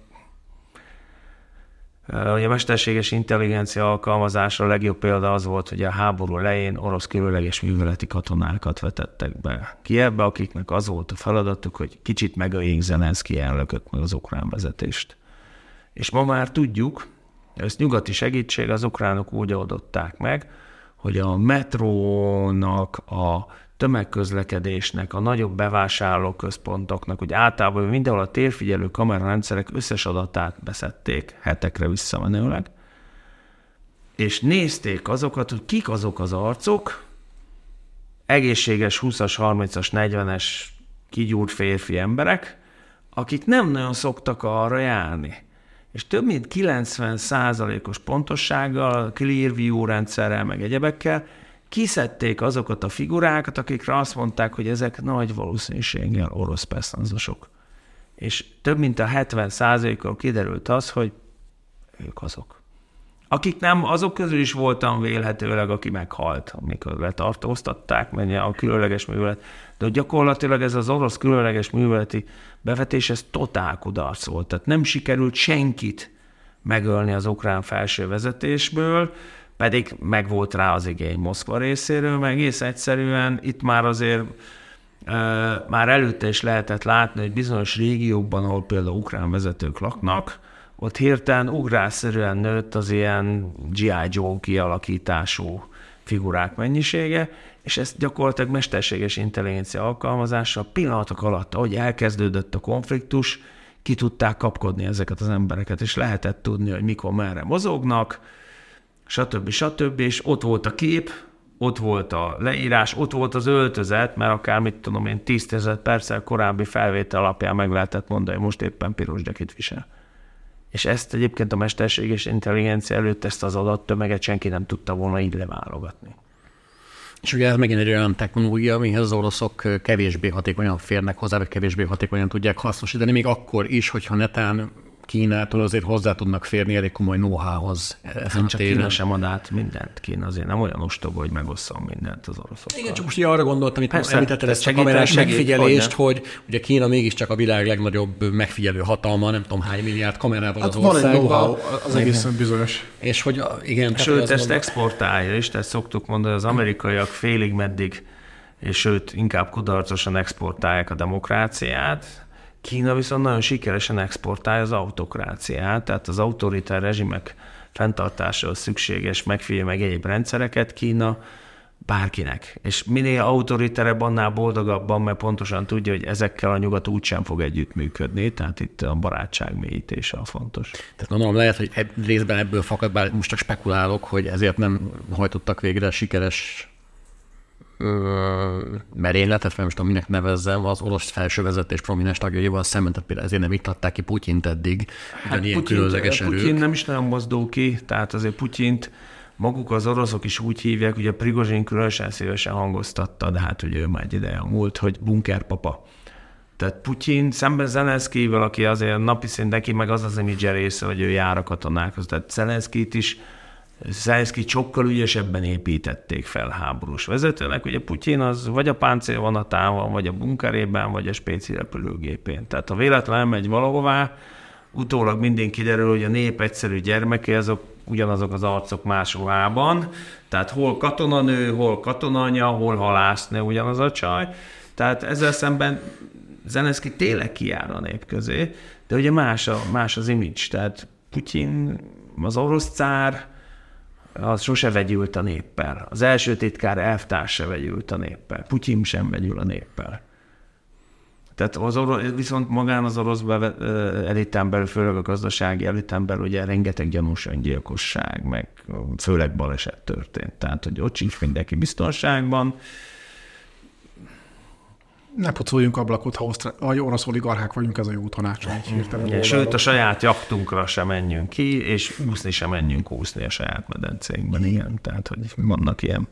[SPEAKER 1] a mesterséges intelligencia alkalmazásra a legjobb példa az volt, hogy a háború elején orosz különleges műveleti katonákat vetettek be Kijevbe, akiknek az volt a feladatuk, hogy kicsit megöljék Zelenszky elnököt, meg az ukrán vezetést. És ma már tudjuk, ezt nyugati segítség az ukránok úgy oldották meg, hogy a metrónak, a tömegközlekedésnek, a nagyobb bevásárlóközpontoknak, hogy általában mindenhol a térfigyelő kamerarendszerek összes adatát beszedték hetekre visszamenőleg, és nézték azokat, hogy kik azok az arcok, egészséges 20-as, 30-as, 40-es kigyúrt férfi emberek, akik nem nagyon szoktak arra járni. És több mint 90%-os pontossággal, Clearview rendszerrel, meg egyebekkel kiszedték azokat a figurákat, akikre azt mondták, hogy ezek nagy valószínűséggel orosz perszanzosok. és több mint a 70%-kal kiderült az, hogy ők azok. Akik nem, azok közül is voltam vélhetőleg, aki meghalt, amikor letartóztatták, mert a különleges művelet. De gyakorlatilag ez az orosz különleges műveleti bevetés, ez totál kudarc volt. Tehát nem sikerült senkit megölni az ukrán felső vezetésből, pedig megvolt rá az igény Moszkva részéről, meg egész egyszerűen itt már azért már előtte is lehetett látni, hogy bizonyos régiókban, ahol például ukrán vezetők laknak, ott hirtelen ugrásszerűen nőtt az ilyen G.I. Joe kialakítású figurák mennyisége, és ezt gyakorlatilag mesterséges intelligencia alkalmazással pillanatok alatt, ahogy elkezdődött a konfliktus, ki tudták kapkodni ezeket az embereket, és lehetett tudni, hogy mikor merre mozognak, stb. És ott volt a kép, ott volt a leírás, ott volt az öltözet, mert akár mit tudom én 10 perccel korábbi felvétel alapján meg lehetett mondani, hogy most éppen piros gyakit visel. És ezt egyébként a mesterséges intelligencia előtt ezt az adattömeget senki nem tudta volna így leválogatni.
[SPEAKER 3] És ugye ez megint egy olyan technológia, amihez az oroszok kevésbé hatékonyan férnek hozzá, vagy kevésbé hatékonyan tudják hasznosítani, még akkor is, hogyha netán Kínától azért hozzá tudnak férni elég komoly know-howhoz.
[SPEAKER 1] Nem csak Kína sem ad át mindent. Kína azért nem olyan ostoba, hogy megosszon mindent az oroszokkal.
[SPEAKER 3] Igen, csak most ugye arra gondoltam, itt említetted ezt a kamerás megfigyelést, hogy ugye Kína mégiscsak a világ legnagyobb megfigyelő hatalma, nem tudom hány milliárd kamerával az országban.
[SPEAKER 2] Van egy know-how, az egészen bizonyos.
[SPEAKER 3] És hogy igen.
[SPEAKER 1] Sőt, ezt exportálja is, tehát szoktuk mondani, az amerikaiak félig meddig, és sőt, inkább kudarcosan exportálják a demokráciát. Kína viszont nagyon sikeresen exportálja az autokráciát, tehát az autoritár rezsimek fenntartásához szükséges megfigyelő meg egyéb rendszereket Kína bárkinek. És minél autoritárebb, annál boldogabban, mert pontosan tudja, hogy ezekkel a nyugat úgysem fog együttműködni, tehát itt a barátság mélyítése a fontos.
[SPEAKER 3] Tehát gondolom lehet, hogy részben ebből fakad, bár most csak spekulálok, hogy ezért nem hajtottak végre sikeres merényletet, vagy most tudom, minek nevezzem, az orosz felső vezetés prominens tagjaival szemben, tehát például ezért nem iktatták ki Putyint eddig, ugyanilyen különleges erők.
[SPEAKER 1] Putyin nem is nagyon mozdul ki, tehát azért Putyint maguk az oroszok is úgy hívják, ugye Prigozsin különösen szívesen hangoztatta, de hát ugye ő már egy ideje múlt, hogy bunkerpapa. Tehát Putyin szemben Zelenszkijvel, aki azért napi szint neki meg az image része, hogy ő jár a katonákhoz. Tehát Zelenszkijt sokkal ügyesebben építették fel háborús vezetőnek. Ugye Putyin az vagy a páncélvonatán van, vagy a bunkerében, vagy a spéci repülőgépén. Tehát ha véletlen elmegy valahová, utólag minden kiderül, hogy a nép egyszerű gyermekei, azok ugyanazok az arcok más ruhában. Tehát hol katonanő, hol katonanya, hol halásznő, ugyanaz a csaj. Tehát ezzel szemben Zelenszkij tényleg kijár a nép közé, de ugye más az image. Tehát Putyin, az orosz cár, az sose vegyült a néppel. Az első titkár elvtárs se vegyült a néppel. Putyin sem vegyül a néppel. Tehát viszont magán az orosz eliten belül, főleg a gazdasági eliten belül ugye rengeteg gyanús öngyilkosság, meg főleg baleset történt. Tehát, hogy ott sincs mindenki biztonságban.
[SPEAKER 2] Ne pucoljunk ablakot, ha orosz oligarchák vagyunk, ez a jó tanács.
[SPEAKER 1] Sőt, a saját jaktunkra sem menjünk ki, és úszni sem menjünk úszni a saját medencénkben. Igen, tehát, hogy vannak ilyen.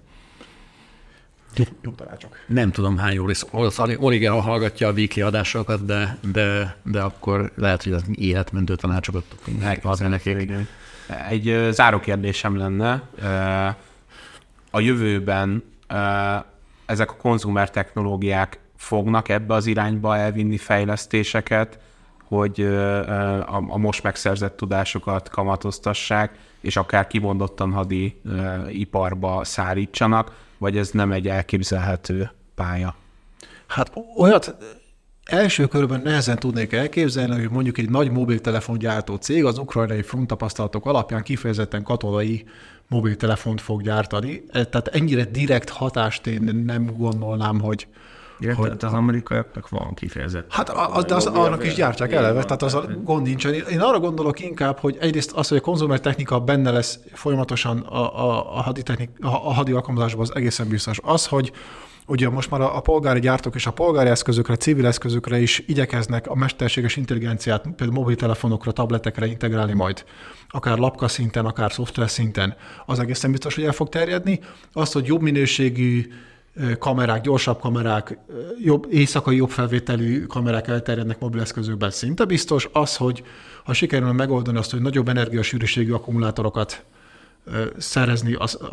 [SPEAKER 2] Jó tanácsok.
[SPEAKER 3] Nem tudom, hány orosz oligarcha hallgatja a Weekly adásokat, de akkor lehet, hogy az életmentő tanácsokat tudunk adni nekik.
[SPEAKER 4] Egy záró kérdésem lenne. A jövőben ezek a konzumer technológiák fognak ebbe az irányba elvinni fejlesztéseket, hogy a most megszerzett tudásokat kamatoztassák, és akár kimondottan hadi iparba szárítsanak, vagy ez nem egy elképzelhető pálya?
[SPEAKER 2] Hát olyat első körben nehezen tudnék elképzelni, hogy mondjuk egy nagy mobiltelefongyártó cég az ukrajnai fronttapasztalatok alapján kifejezetten katonai mobiltelefont fog gyártani. Tehát ennyire direkt hatást én nem gondolnám, hogy
[SPEAKER 1] az amerikaiaknak van kifejezett.
[SPEAKER 2] Hát annak is gyártják eleve, tehát az a gond nincsen. Én arra gondolok inkább, hogy egyrészt az, hogy a konzumertechnika benne lesz folyamatosan a hadi alkalmazásban, az egészen biztos. Az, hogy ugye most már a polgári gyártók és a polgári eszközökre, civil eszközökre is igyekeznek a mesterséges intelligenciát például mobiltelefonokra, tabletekre integrálni majd, akár lapka szinten, akár szoftver szinten, az egészen biztos, hogy el fog terjedni. Az, hogy jobb minőségű kamerák, gyorsabb kamerák, éjszakai jobb felvételű kamerák elterjednek mobileszközökben, szinte biztos. Az, hogy ha sikerül megoldani azt, hogy nagyobb energiasűrűségű akkumulátorokat szerezni,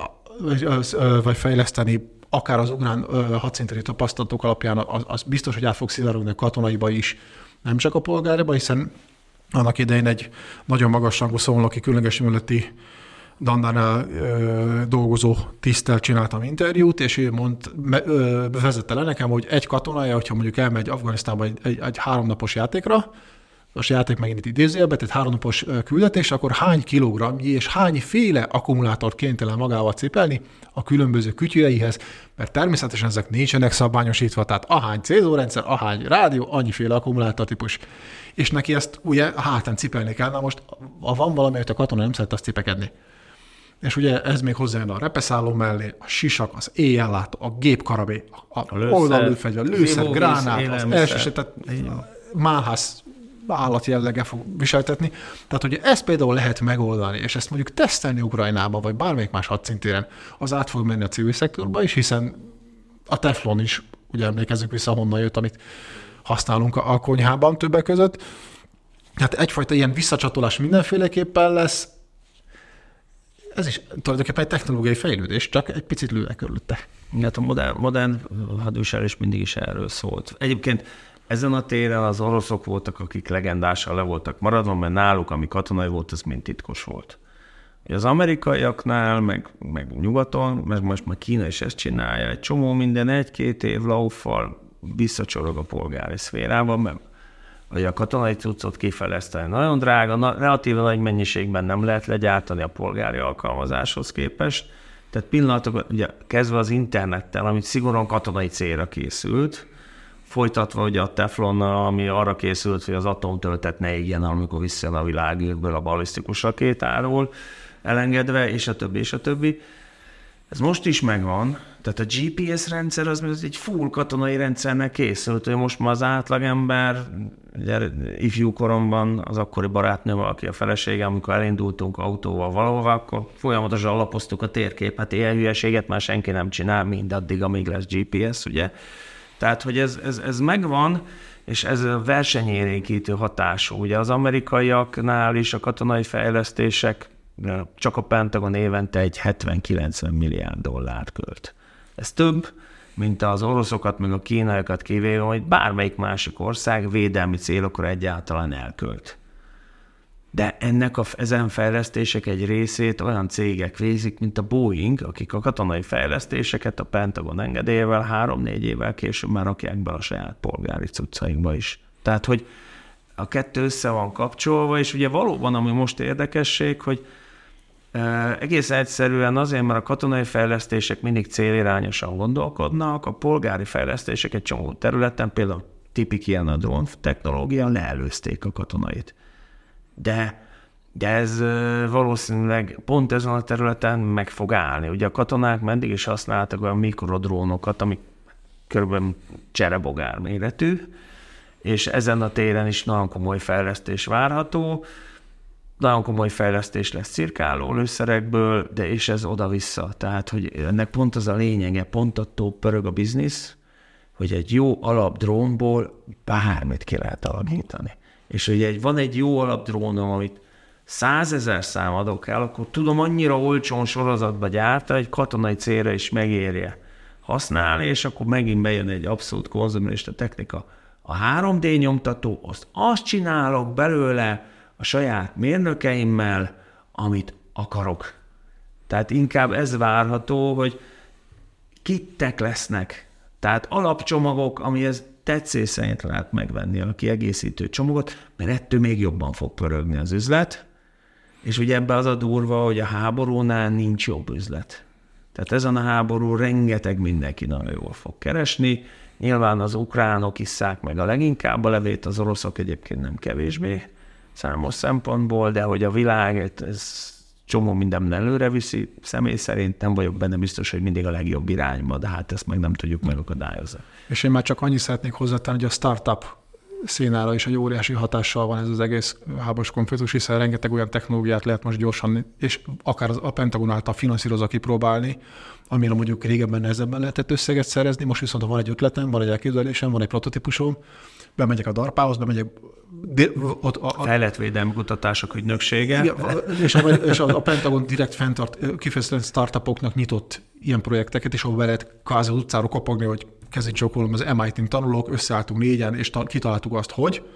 [SPEAKER 2] vagy fejleszteni, akár az ukrán hadszinteri tapasztalatok alapján, az biztos, hogy át fog szilárodni a katonaiba is, nem csak a polgáriba, hiszen annak idején egy nagyon magasrangú szolnoki különleges műveleti dandánál dolgozó tiszttel csináltam interjút, és ő vezette le nekem, hogy egy katonája, hogyha mondjuk elmegy Afganisztánba egy 3 napos játékra, most játék megint itt idézőjelbe, tehát 3 napos küldetés, akkor hány kilogramnyi és hányféle akkumulátort kénytelen magával cipelni a különböző kütyüjeihez, mert természetesen ezek nincsenek szabványosítva, tehát ahány célzórendszer, ahány rádió, annyiféle akkumulátortípus, és neki ezt ugye a hátán cipelni kell. Na most, ha van valami, hogy a katona nem szeret azt cipekedni. És ugye ez még hozzájön a repeszálló mellé, a sisak, az éjjellátó, a gépkarabé, a oldallőfegyver, a lőszer, gránát, az első, tehát málház állatjellege fog viseltetni. Tehát ugye ezt például lehet megoldani, és ezt mondjuk tesztelni Ukrajnába, vagy bármelyik más hadszintéren, az át fog menni a civil szektorba is, hiszen a teflon is, ugye emlékezzük vissza, honnan jött, amit használunk a konyhában többek között. Tehát egyfajta ilyen visszacsatolás mindenféleképpen lesz. Ez is tulajdonképpen egy technológiai fejlődés, csak egy picit lőnek körülötte.
[SPEAKER 1] Hát a modern hadviselés mindig is erről szólt. Egyébként ezen a téren az oroszok voltak, akik legendással le voltak maradva, mert náluk, ami katonai volt, az mind titkos volt. Az amerikaiaknál, meg nyugaton, meg most már Kína is ezt csinálja, egy csomó minden 1-2 év lauffal visszacsorog a polgári szférában, mert a katonai cuccot kifejleszteni nagyon drága, relatíve nagy mennyiségben nem lehet legyártani a polgári alkalmazáshoz képest. Tehát pillanatokat, ugye kezdve az internettel, amit szigorúan katonai célra készült, folytatva ugye a teflonnal, ami arra készült, hogy az atomtöltet ne égjen, amikor visszajön a világűrből a balisztikus rakétáról elengedve, és a többi, és a többi. Ez most is megvan, tehát a GPS rendszer az egy full katonai rendszernek készült, hogy most már az átlagember, ugye ifjú koromban az akkori barátnőm, aki a felesége, amikor elindultunk autóval valahova, akkor folyamatosan lapoztuk a térképet, ilyen hülyeséget már senki nem csinál, mindaddig, amíg lesz GPS, ugye. Tehát, hogy ez megvan, és ez a versenyérénkítő hatású. Ugye az amerikaiaknál is a katonai fejlesztések, csak a Pentagon évente egy 70-90 milliárd dollárt költ. Ez több, mint az oroszokat, meg a kínaiakat kivéve, hogy bármelyik másik ország védelmi célokra egyáltalán elkölt. De ezen fejlesztések egy részét olyan cégek végzik, mint a Boeing, akik a katonai fejlesztéseket a Pentagon engedélyével 3-4 évvel később már rakják be a saját polgári cuccaikba is. Tehát, hogy a kettő össze van kapcsolva, és ugye valóban, ami most érdekesség, hogy egészen egyszerűen azért, mert a katonai fejlesztések mindig célirányosan gondolkodnak, a polgári fejlesztések egy csomó területen, például tipik ilyen a drón technológia, leelőzték a katonait. De ez valószínűleg pont ezen a területen meg fog állni. Ugye a katonák mindig is használtak olyan mikrodrónokat, amik körülbelül cserebogár méretű, és ezen a téren is nagyon komoly fejlesztés várható. Nagyon komoly fejlesztés lesz cirkáló lőszerekből, de és ez oda-vissza. Tehát, hogy ennek pont az a lényege, pont attól pörög a biznisz, hogy egy jó alapdrónból bármit ki lehet alakítani. És hogy van egy jó alapdrónom, amit 100 000 szám adok el, akkor tudom annyira olcsón sorozatba gyártani, egy katonai célra is megérje használni, és akkor megint bejön egy abszolút konzumerista technika. A 3D nyomtató, azt csinálok belőle a saját mérnökeimmel, amit akarok. Tehát inkább ez várható, hogy kittek lesznek. Tehát alapcsomagok, amihez tetszés szerint lehet megvenni a kiegészítő csomagot, mert ettől még jobban fog pörögni az üzlet, és ugye ebbe az a durva, hogy a háborúnál nincs jobb üzlet. Tehát ezen a háború rengeteg mindenki nagyon jól fog keresni, nyilván az ukránok isszák meg a leginkább a levét, az oroszok egyébként nem kevésbé számos szempontból, de hogy a világ ez csomó minden előre viszi, személy szerint nem vagyok benne biztos, hogy mindig a legjobb irányba, de hát ezt meg nem tudjuk megakadályozni.
[SPEAKER 2] És én már csak annyit szeretnék hozzátenni, hogy a startup színára is egy óriási hatással van ez az egész háborús konfliktus, hiszen rengeteg olyan technológiát lehet most gyorsan, és akár a Pentagon által finanszírozva kipróbálni, amire mondjuk régebben nehezebben lehetett összeget szerezni, most viszont van egy ötletem, van egy elképzelésem, van egy prototípusom, bemegyek a DARPA-hoz, bemegyek
[SPEAKER 1] Fejlettvédelmi kutatások ügynöksége.
[SPEAKER 2] És a Pentagon direkt fenntart, kifejezetten startupoknak nyitott ilyen projekteket, és ahol be lehet kvázi az utcáról kopogni, hogy kezdjük csokolom, az MIT-n tanulók, összeálltunk négyen, és kitaláltuk azt,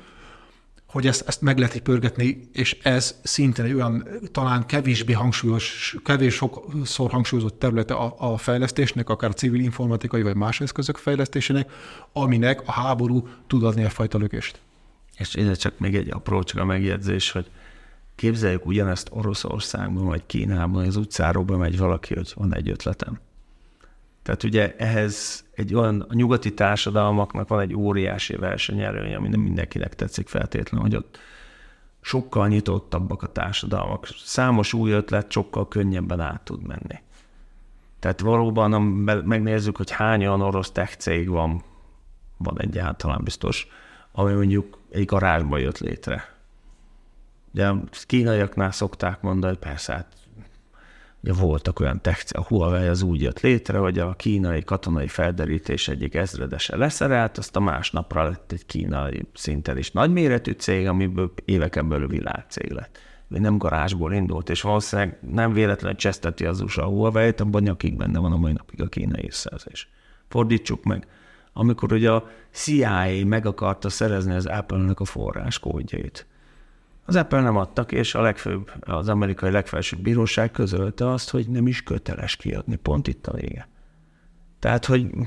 [SPEAKER 2] hogy ezt meg lehet pörgetni, és ez szintén egy olyan talán kevésbé hangsúlyos, kevés sokszor hangsúlyozott területe a fejlesztésnek, akár a civil informatikai vagy más eszközök fejlesztésének, aminek a háború tud adni egyfajta lökést.
[SPEAKER 1] És ide csak még egy aprócska megjegyzés, hogy képzeljük ugyanezt Oroszországban vagy Kínában, az utcáról bemegy valaki, hogy van egy ötletem. Tehát ugye ehhez a nyugati társadalmaknak van egy óriási versenyelőny, ami nem mindenkinek tetszik feltétlenül, hogy ott sokkal nyitottabbak a társadalmak. Számos új ötlet sokkal könnyebben át tud menni. Tehát valóban megnézzük, hogy hány olyan orosz tech cég van egyáltalán biztos, ami mondjuk egy garázsba jött létre. Ugye a kínaiaknál szokták mondani, hogy persze, hát ugye voltak olyan a Huawei az úgy jött létre, hogy a kínai katonai felderítés egyik ezredese leszerelt, azt a másnapra lett egy kínai szinten is nagyméretű cég, amiből éveken belül világcég lett. Nem garázsból indult, és valószínűleg nem véletlenül cseszteti az USA a Huawei-t, abban nyakig benne van a mai napig a kínai szerzés. Fordítsuk meg. Amikor ugye a CIA meg akarta szerezni az Apple-nek a forráskódjait. Az Apple nem adtak, és az amerikai legfelsőbb bíróság közölte azt, hogy nem is köteles kiadni. Pont itt a vége. Tehát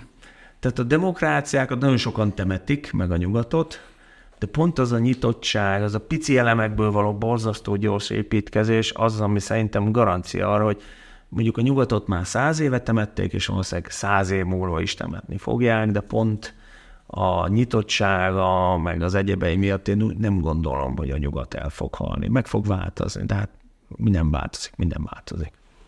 [SPEAKER 1] a demokráciákat nagyon sokan temetik, meg a nyugatot, de pont az a nyitottság, az a pici elemekből való borzasztó gyors építkezés, az, ami szerintem garancia arra, hogy mondjuk a nyugatot már 100 éve temették, és valószínűleg 100 év múlva is temetni fogják, de pont a nyitottsága, meg az egyebei miatt én nem gondolom, hogy a nyugat el fog halni. Meg fog változni, de hát minden változik.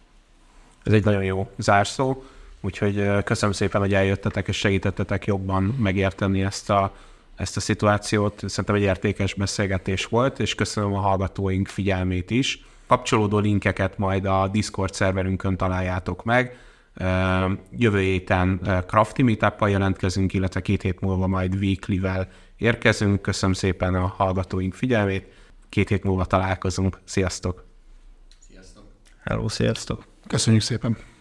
[SPEAKER 4] Ez egy nagyon jó zárszó, úgyhogy köszönöm szépen, hogy eljöttetek, és segítettetek jobban megérteni ezt a szituációt. Szerintem egy értékes beszélgetés volt, és köszönöm a hallgatóink figyelmét is. Kapcsolódó linkeket majd a Discord szerverünkön találjátok meg. Jövő héten Crafty Meetup-pal jelentkezünk, illetve 2 hét múlva majd Weekly-vel érkezünk. Köszönöm szépen a hallgatóink figyelmét. 2 hét múlva találkozunk. Sziasztok!
[SPEAKER 1] Hello, sziasztok!
[SPEAKER 2] Köszönjük szépen!